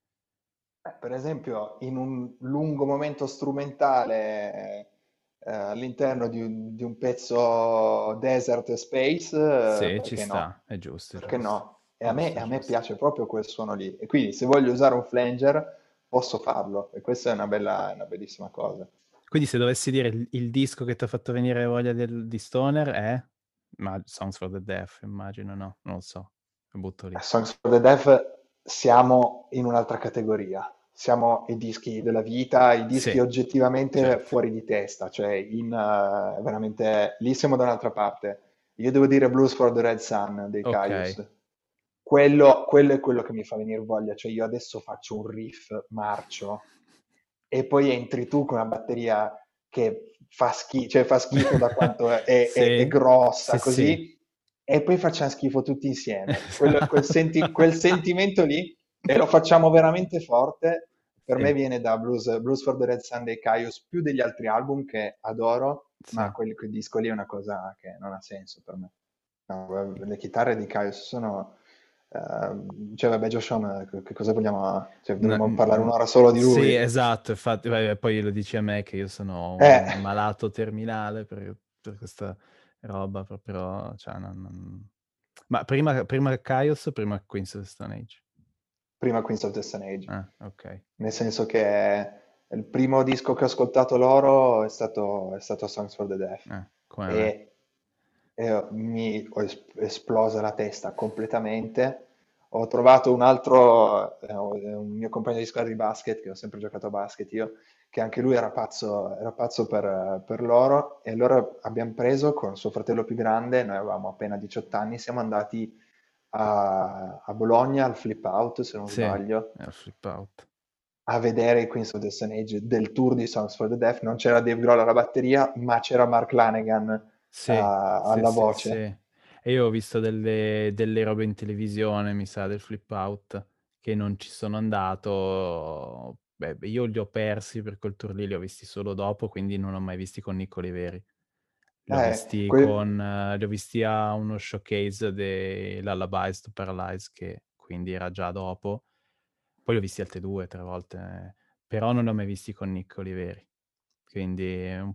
Eh, Per esempio, in un lungo momento strumentale eh, all'interno di un, di un pezzo Desert Space, eh, Sì, ci perché no? sta, è giusto, è Perché giusto. no? E a me, Giusto, a me giusto. piace proprio quel suono lì. E quindi se voglio usare un flanger, posso farlo. E questa è una bella, una bellissima cosa. Quindi se dovessi dire il, il disco che ti ha fatto venire voglia del- di Stoner è ma, Songs for the Deaf, immagino, no? Non lo so, lo butto lì. A Songs for the Deaf siamo in un'altra categoria. Siamo i dischi della vita, i dischi Sì, oggettivamente certo. fuori di testa, cioè in, eh, veramente lì siamo da un'altra parte. Io devo dire Blues for the Red Sun dei Ok, Caius. Quello, quello è quello che mi fa venire voglia, cioè io adesso faccio un riff, marcio, e poi entri tu con una batteria che fa schifo, cioè fa schifo da quanto è, è- è sì, sì, grossa, sì. così, e poi facciamo schifo tutti insieme. Quello- quel, senti- quel sentimento lì, e lo facciamo veramente forte, per me Sì, viene da Blues, Blues for the Red Sunday Caius, più degli altri album che adoro, ma sì. quel, quel disco lì è una cosa che non ha senso per me. No, le chitarre di Caius sono... ehm, cioè, vabbè, Josh Homme, che che cosa vogliamo... Cioè, No, dovremmo parlare mm, un'ora solo di sì, lui. esatto, infatti, vabbè, poi lo dici a me che io sono Eh, un malato terminale per, per questa roba, proprio, cioè, non- non- Ma prima, prima Chaos o prima Queens of the Stone Age? prima Queens of the Stone Age, Ah, ok. nel senso che il primo disco che ho ascoltato loro è stato, è stato Songs for the Deaf Eh, come me. e, e mi ho es- esplosa la testa completamente. Ho trovato un altro, eh, un mio compagno di squadra di basket, che ho sempre giocato a basket io, che anche lui era pazzo, era pazzo per, per loro, e allora abbiamo preso con suo fratello più grande, noi avevamo appena diciotto anni, siamo andati a, a Bologna al Flip Out, se non Sì, sbaglio, era flip out. a vedere i Queens of the Stone Age del tour di Songs for the Deaf. Non c'era Dave Grohl alla batteria, ma c'era Mark Lanegan eh, Sì, sì, alla sì, sì. voce. E io ho visto delle, delle robe in televisione, mi sa, del flip out, che non ci sono andato. Beh, beh, io li ho persi per quel tour lì, li ho visti solo dopo, quindi non ho mai visti con Nico Oliveri. Li ho Eh, visti quel- con, eh, li ho visti a uno showcase dell'Alabais to Paralyze, che quindi era già dopo. Poi li ho visti altre due, tre volte, eh, però non li ho mai visti con Nick Oliveri. Quindi un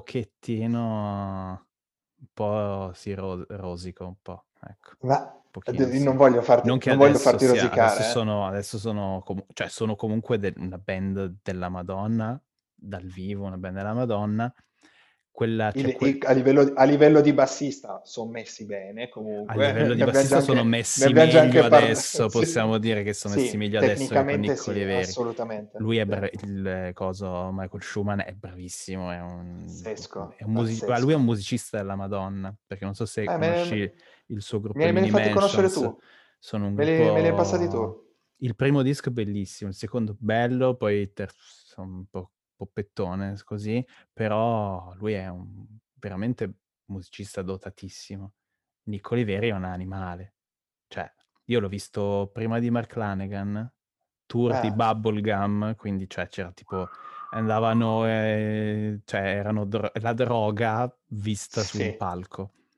pochettino, un po' si ro- rosico, un po', ecco, un ma pochino d- non sì. voglio farti, Non che non voglio adesso farti sia, adesso rosicare, eh. sono, adesso sono, comu- cioè sono comunque de- una band della Madonna, dal vivo, una band della Madonna. Quella, Il- cioè, que- il- a livello, a livello di bassista sono messi bene a comunque, livello di ne abbiamo già bassista sono anche, ne messi abbiamo già meglio anche parlato. adesso, Sì, possiamo dire che sono messi sì, meglio adesso che con tecnicamente Nick sì, Oliveri. assolutamente. Lui è Sì. bra- il eh, coso, Michael Schumann è bravissimo, è un, Pazzesco, è un music- ah, lui è un pazzesco. musicista della Madonna, perché non so se Eh, me, conosci il suo me, gruppo, i me li hai fatti conoscere Minimansions, tu, sono un me li, me li hai passati gruppo... tu. Il primo disco è bellissimo, il secondo bello, poi il terzo un po' poppettone, così, però lui è un veramente musicista dotatissimo. Nick Oliveri è un animale. Cioè, io l'ho visto prima di Mark Lanegan, tour di Ah, Bubblegum, quindi cioè, c'era tipo, andavano, eh, cioè erano dro- la droga vista su un sì. palco.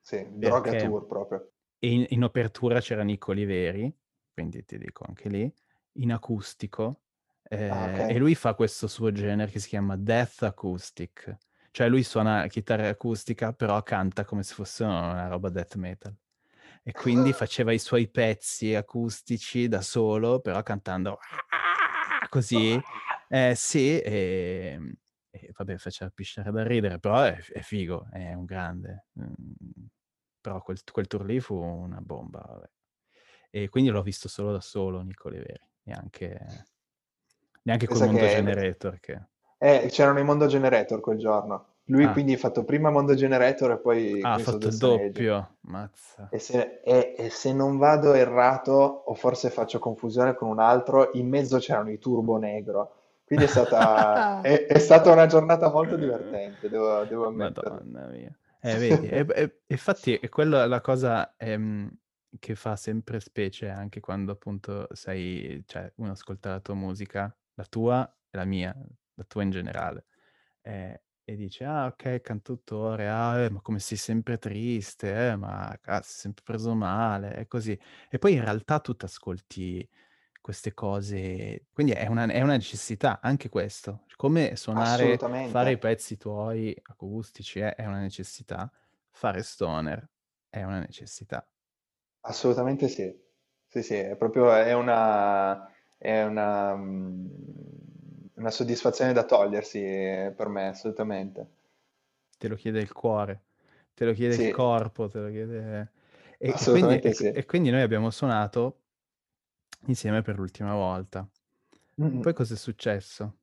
Sì, droga perché tour proprio. in, in apertura c'era Nico Oliveri, quindi ti dico anche lì, in acustico, Ah, eh, e ok. lui fa questo suo genere che si chiama Death Acoustic, cioè lui suona chitarra acustica però canta come se fosse una roba death metal. E quindi faceva i suoi pezzi acustici da solo, però cantando così. Eh, sì, e, e vabbè, faceva pisciare da ridere, però è, è figo, è un grande. Mm, però quel, quel tour lì fu una bomba, vabbè. E quindi l'ho visto solo da solo, Nico Oliveri, neanche, neanche col Pensa Mondo che Generator che... eh, c'erano i Mondo Generator quel giorno. Lui Ah, quindi ha fatto prima Mondo Generator e poi ah, ha Queens of fatto the il Stone Age. doppio, mazza. E se, e- e se non vado errato, o forse faccio confusione con un altro, in mezzo c'erano i Turbo Negro. Quindi è stata, è, è stata una giornata molto divertente, devo, devo ammetterlo. Madonna mia. Eh, vedi, e, e- infatti è quella la cosa ehm, che fa sempre specie anche quando appunto sei, cioè uno ascolta la tua musica, la tua e la mia, la tua in generale, eh, e dice, ah ok, cantautore, ah, eh, ma come sei sempre triste, eh, ma cazzo, sei sempre preso male, è così. E poi in realtà tu ti ascolti queste cose, quindi è una, è una necessità anche questo, come suonare, fare i Assolutamente, pezzi tuoi acustici è, è una necessità, fare stoner è una necessità. assolutamente sì. Sì, sì, è proprio, è una, è una, mm, una soddisfazione da togliersi eh, per me, assolutamente. Te lo chiede il cuore, te lo chiede il Sì, corpo, te lo chiede... E, e quindi, assolutamente e- sì. e quindi noi abbiamo suonato insieme per l'ultima volta. Poi Mm. cosa è successo?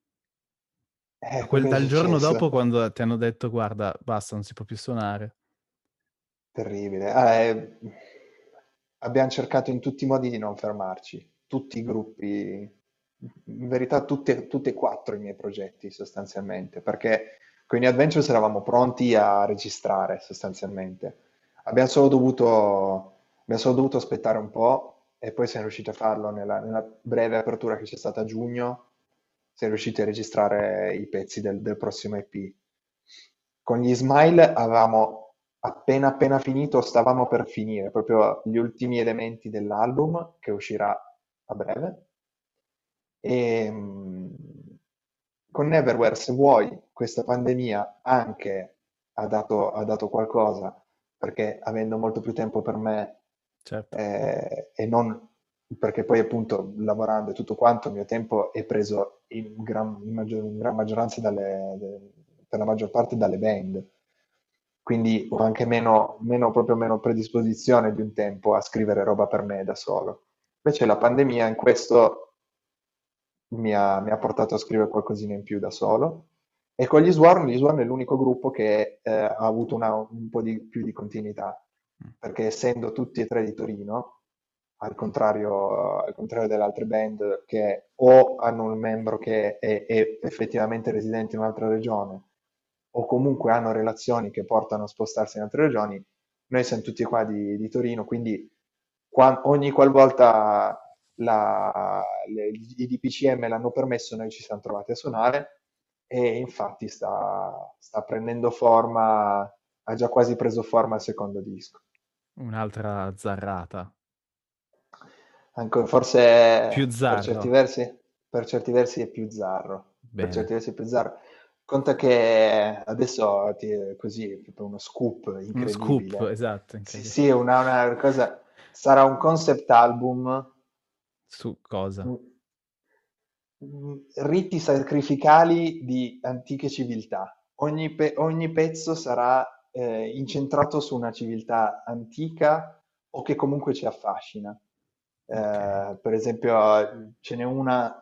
Da Eh, poi quel- cosa è dal giorno dopo successo? quando ti hanno detto guarda, basta, non si può più suonare. Terribile. Ah, eh, abbiamo cercato in tutti i modi di non fermarci, tutti i gruppi, in verità tutte, tutte e quattro i miei progetti sostanzialmente, perché con gli Adventures eravamo pronti a registrare sostanzialmente. Abbiamo solo dovuto, abbiamo solo dovuto aspettare un po' e poi siamo riusciti a farlo nella, nella breve apertura che c'è stata a giugno, siamo riusciti a registrare i pezzi del, del prossimo E P. Con gli Smile avevamo appena appena finito, stavamo per finire proprio gli ultimi elementi dell'album che uscirà a breve. E mh, con Neverwhere, se vuoi, questa pandemia anche ha dato, ha dato qualcosa, perché avendo molto più tempo per me Certo. eh, e non perché poi appunto lavorando e tutto quanto il mio tempo è preso in gran, in maggior- in gran maggioranza dalle, de- per la maggior parte dalle band. Quindi ho anche meno, meno, proprio meno predisposizione di un tempo a scrivere roba per me da solo. Invece la pandemia in questo mi ha, mi ha portato a scrivere qualcosina in più da solo. E con gli Swarm, gli Swarm è l'unico gruppo che eh, ha avuto una- un po' di, più di continuità, perché essendo tutti e tre di Torino, al contrario, al contrario delle altre band che o hanno un membro che è, è effettivamente residente in un'altra regione, o comunque hanno relazioni che portano a spostarsi in altre regioni, noi siamo tutti qua di, di Torino, quindi qua- ogni qualvolta la- le- i D P C M l'hanno permesso, noi ci siamo trovati a suonare e infatti sta, sta prendendo forma, ha già quasi preso forma il secondo disco. Un'altra zarrata. Anche, forse Più per certi zarro. versi, per certi versi è più zarro, per Bene. certi versi è più zarro. Conta che adesso ti è così, è proprio uno scoop Uno scoop, incredibile. esatto, Sì, incredibile. sì, una, una cosa, sarà un concept album. Su cosa? Mm, mm, Riti sacrificali di antiche civiltà. Ogni, pe- ogni pezzo sarà eh, incentrato su una civiltà antica o che comunque ci affascina. Ok. Eh, per esempio, ce n'è una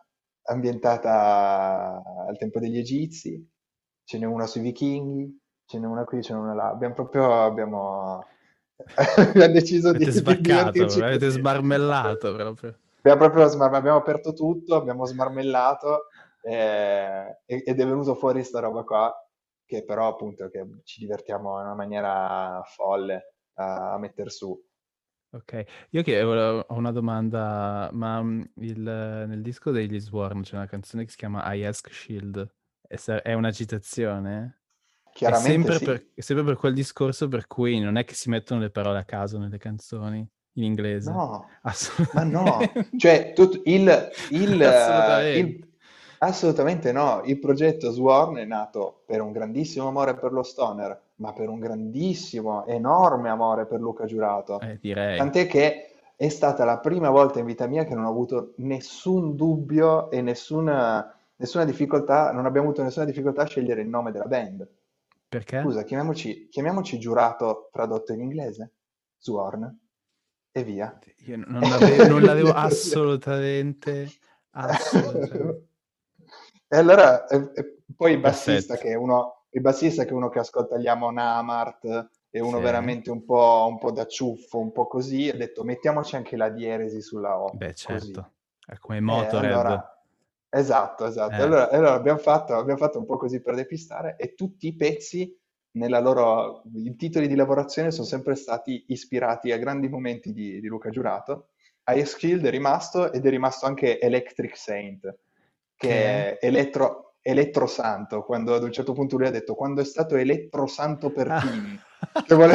ambientata al tempo degli Egizi, ce n'è una sui Vichinghi, ce n'è una qui, ce n'è una là. Abbiamo proprio abbiamo, abbiamo deciso di, Avete di sbaccato, divertirci avete così. smarmellato proprio. Abbiamo proprio smar- abbiamo aperto tutto, abbiamo smarmellato eh, e- ed è venuto fuori sta roba qua, che però appunto che ci divertiamo in una maniera folle a, a metter su. Ok, io che ho ho una domanda, ma mm, il- nel disco degli Swarm c'è una canzone che si chiama I Ask Shield, è, sa- è una citazione? È Chiaramente sempre sì. per, è sempre per quel discorso per cui non è che si mettono le parole a caso nelle canzoni in inglese. No, ma no, Assolutamente. cioè tut- il, il, eh, Assolutamente. il- assolutamente no, il progetto Sworn è nato per un grandissimo amore per lo stoner, ma per un grandissimo, enorme amore per Luca Giurato, Eh, direi. tant'è che è stata la prima volta in vita mia che non ho avuto nessun dubbio e nessuna, nessuna difficoltà, non abbiamo avuto nessuna difficoltà a scegliere il nome della band. Perché? Scusa, chiamiamoci, chiamiamoci Giurato tradotto in inglese? Sworn? E via. Io non l'avevo, non l'avevo assolutamente, assolutamente. E allora, e- e poi il bassista Perfetto. che è uno, il bassista che è uno che ascolta gli Amon Amarth, è uno Sì. veramente un po', un po' da ciuffo, un po' così, ha detto mettiamoci anche la dieresi sulla O, Beh, così. certo. È come E Motorhead. allora, esatto, esatto. Eh, Allora, allora abbiamo fatto, abbiamo fatto un po' così per depistare e tutti i pezzi nella loro, i titoli di lavorazione sono sempre stati ispirati a grandi momenti di, di Luca Giurato. Ice Shield è rimasto ed è rimasto anche Electric Saint, che è? che è elettro, elettrosanto, quando ad un certo punto lui ha detto quando è stato elettrosanto Ah. Pertini, che vuole...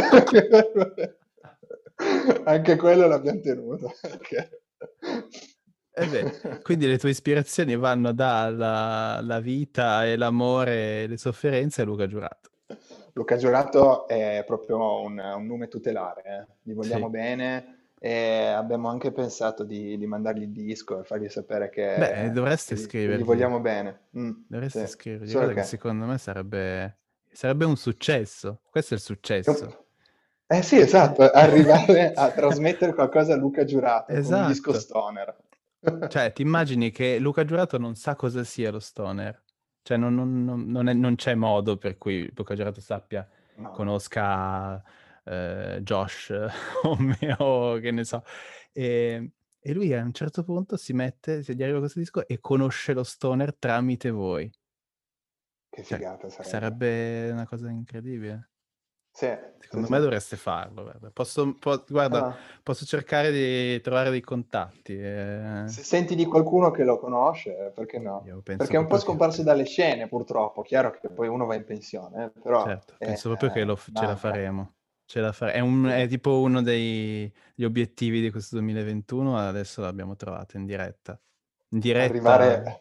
anche quello l'abbiamo tenuto. perché- Eh beh, quindi le tue ispirazioni vanno dalla la vita e l'amore e le sofferenze a Luca Giurato. Luca Giurato è proprio un, un nome tutelare, eh. Gli vogliamo Sì. bene e abbiamo anche pensato di, di mandargli il disco e fargli sapere Beh, che, che dovreste gli, che gli scrivergli. vogliamo bene. Mm, Dovreste sì. scrivergli. Solo Guarda che che... secondo me sarebbe, sarebbe un successo. Questo è il successo. Eh sì, Eh. esatto, arrivare a trasmettere qualcosa a Luca Giurato con un disco Esatto. stoner. Cioè, ti immagini che Luca Giurato non sa cosa sia lo stoner? Cioè, non, non- non- non è- non c'è modo per cui Luca Giurato sappia, No. conosca eh, Josh o me o che ne so. E, e lui a un certo punto si mette, se gli arriva questo disco e conosce lo stoner tramite voi. Che Cioè, figata sarebbe. sarebbe una cosa incredibile. Sì, sì, Secondo sì. me dovreste farlo. Guarda. Posso, po- guarda, Ah. posso cercare di trovare dei contatti. eh. Se senti di qualcuno che lo conosce, perché no? Io penso Perché è un po' proprio che, scomparso dalle scene, purtroppo. Chiaro che poi uno va in pensione, eh, però certo, eh, penso proprio che lo f- ce la manca. faremo. Ce la fare- È, un- Sì. è tipo uno degli gli obiettivi di questo duemilaventuno, adesso l'abbiamo trovato in diretta. In diretta, Arrivare...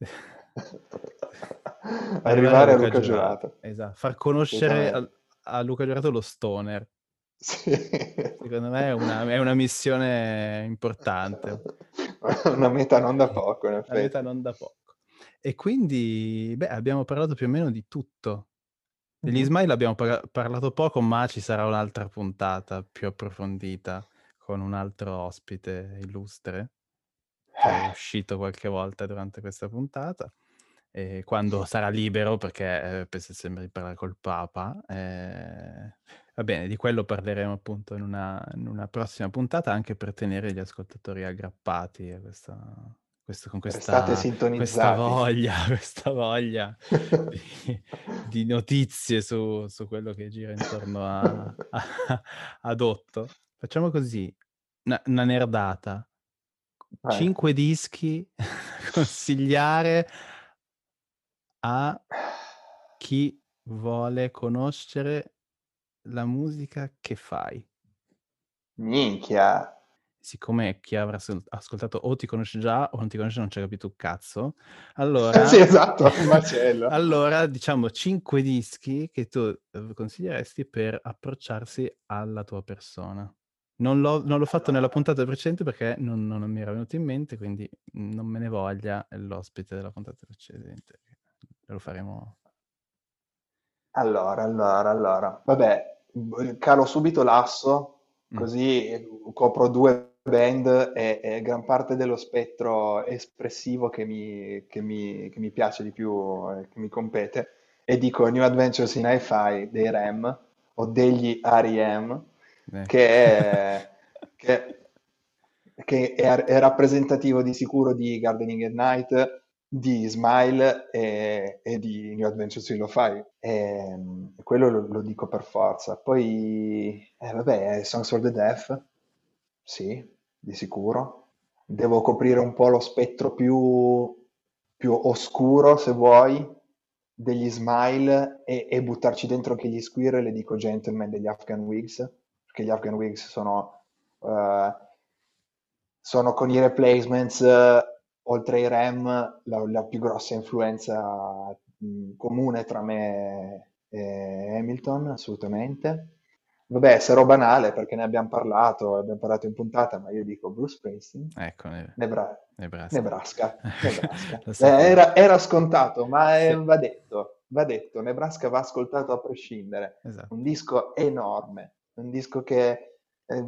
arrivare a Arrivare a Luca Luca Giurato. Giurato. Esatto, far conoscere Assolutamente. al- a Luca Giurato lo stoner. Sì. Secondo me è una, è una missione importante. Una meta non da poco, in La meta effetti. non da poco. E quindi, beh, abbiamo parlato più o meno di tutto. Degli Mhm. Smile abbiamo par- parlato poco, ma ci sarà un'altra puntata più approfondita con un altro ospite illustre che è Eh, uscito qualche volta durante questa puntata. E quando sarà libero, perché eh, penso sembra di parlare col Papa. eh, Va bene, di quello parleremo appunto in una, in una prossima puntata, anche per tenere gli ascoltatori aggrappati a questa, questo- con restate questa, questa sintonizzati. voglia, questa voglia di, di notizie su, su quello che gira intorno a, a- ad Otto. Facciamo così, una, una nerdata. Vai. Cinque dischi da consigliare a chi vuole conoscere la musica che fai. Minchia. Siccome chi avrà ascol- ascoltato o ti conosce già o non ti conosce non ci ha capito un cazzo, allora, Sì, esatto, un macello. allora diciamo cinque dischi che tu eh, consiglieresti per approcciarsi alla tua persona. Non l'ho, non l'ho fatto nella Allora, puntata precedente perché non, non mi era venuto in mente, quindi non me ne voglia l'ospite della puntata precedente. Lo faremo. allora, allora, allora. Vabbè, b- calo subito l'asso, Mm. così eh, copro due band e, e gran parte dello spettro espressivo che mi, che mi- che mi piace di più, eh, che mi compete. E dico New Adventures in Hi-Fi dei R E M o degli R E M, Ecco. che è, che- che è, è rappresentativo di sicuro di Gardening at Night, di Smile e, e di New Adventures in Lo-Fi. E, mm, quello lo, lo dico per forza. Poi, eh, vabbè, Songs for the Deaf, sì, di sicuro. Devo coprire un po' lo spettro più, più oscuro, se vuoi, degli Smile e, e buttarci dentro anche gli Squirrel, e dico Gentleman degli Afghan Wigs, perché gli Afghan Wigs sono, eh, sono con i replacements, eh, oltre ai Rem, la, la più grossa influenza mh, comune tra me e Hamilton, assolutamente. Vabbè, sarò banale perché ne abbiamo parlato, abbiamo parlato in puntata, ma io dico Bruce Springsteen, Ecco, ne- Nebra- Nebraska. Nebraska, Nebraska. Lo Eh, sapevo. era, era scontato, ma eh, Sì, va detto, va detto, Nebraska va ascoltato a prescindere. esatto. Un disco enorme, un disco che, eh,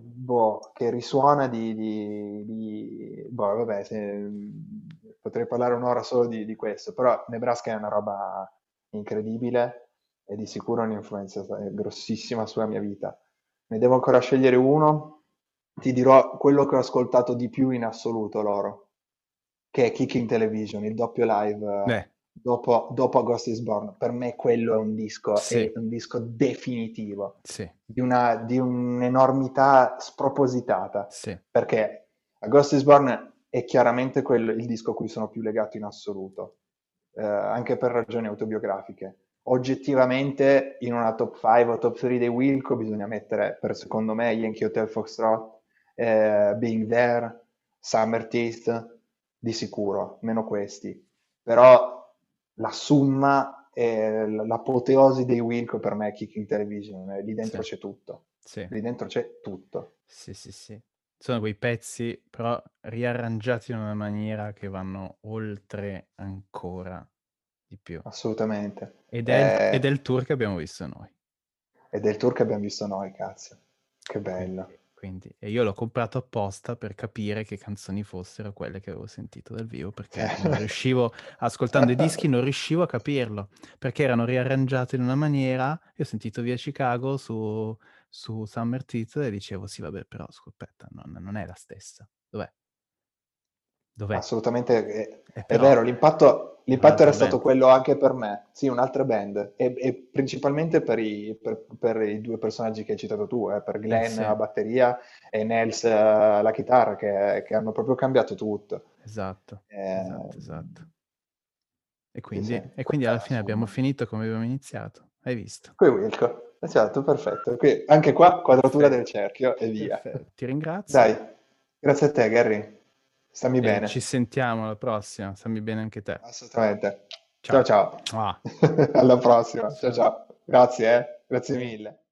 boh, che risuona di, di- di- boh, vabbè, se- potrei parlare un'ora solo di, di questo, però Nebraska è una roba incredibile e di sicuro un'influenza eh, grossissima sulla mia vita. Ne devo ancora scegliere uno. Ti dirò quello che ho ascoltato di più in assoluto loro, che è Kicking Television, il doppio live eh, Beh, dopo, dopo A Ghost is Born. Per me quello è un disco, è sì, un disco definitivo, sì, di una, di un'enormità spropositata, sì, perché A Ghost is Born è chiaramente quello- il disco a cui sono più legato in assoluto, eh, anche per ragioni autobiografiche. Oggettivamente, in una top cinque o top tre dei Wilco bisogna mettere, per secondo me, Yankee Hotel Foxtrot, eh, Being There, Summer Teeth, di sicuro, meno questi. Però la summa e l- l'apoteosi dei Wilco per me è Kicking Television, eh, lì dentro sì, c'è tutto, sì, lì dentro c'è tutto, sì, sì, sì. Sono quei pezzi però riarrangiati in una maniera che vanno oltre ancora di più. assolutamente. Ed è il, ed è Eh, il tour che abbiamo visto noi. ed è il tour che abbiamo visto noi, cazzo. Che Quindi, bello. quindi- e io l'ho comprato apposta per capire che canzoni fossero quelle che avevo sentito dal vivo, perché non riuscivo, ascoltando i dischi, non riuscivo a capirlo, perché erano riarrangiati in una maniera. Io ho sentito Via Chicago su, su Summer Teeth e dicevo, sì, vabbè, però, aspetta, non, non è la stessa. Dov'è? Dov'è? Assolutamente, è, E è però vero, l'impatto, era l'impatto era un'altra stato band. quello anche per me, sì, un'altra band, e, e principalmente per i, per- per i due personaggi che hai citato tu, eh, per Eh Glenn sì, alla batteria e Nels eh, alla chitarra, che, che hanno proprio cambiato tutto. esatto, Eh, esatto, esatto. E sì, sì, quindi, e quindi questa è alla la fine abbiamo somma. finito come abbiamo iniziato. Hai visto? Qui Wilco, esatto, perfetto. Qui- anche qua quadratura del Perfetto, cerchio e via. perfetto. Ti ringrazio Dai, grazie a te, Gary. Stammi e ci bene. sentiamo alla prossima. Stammi bene anche te. Assolutamente. Ciao Ciao. ciao. Ah, Alla prossima. Ciao ciao. ciao. Grazie, eh. Grazie mille.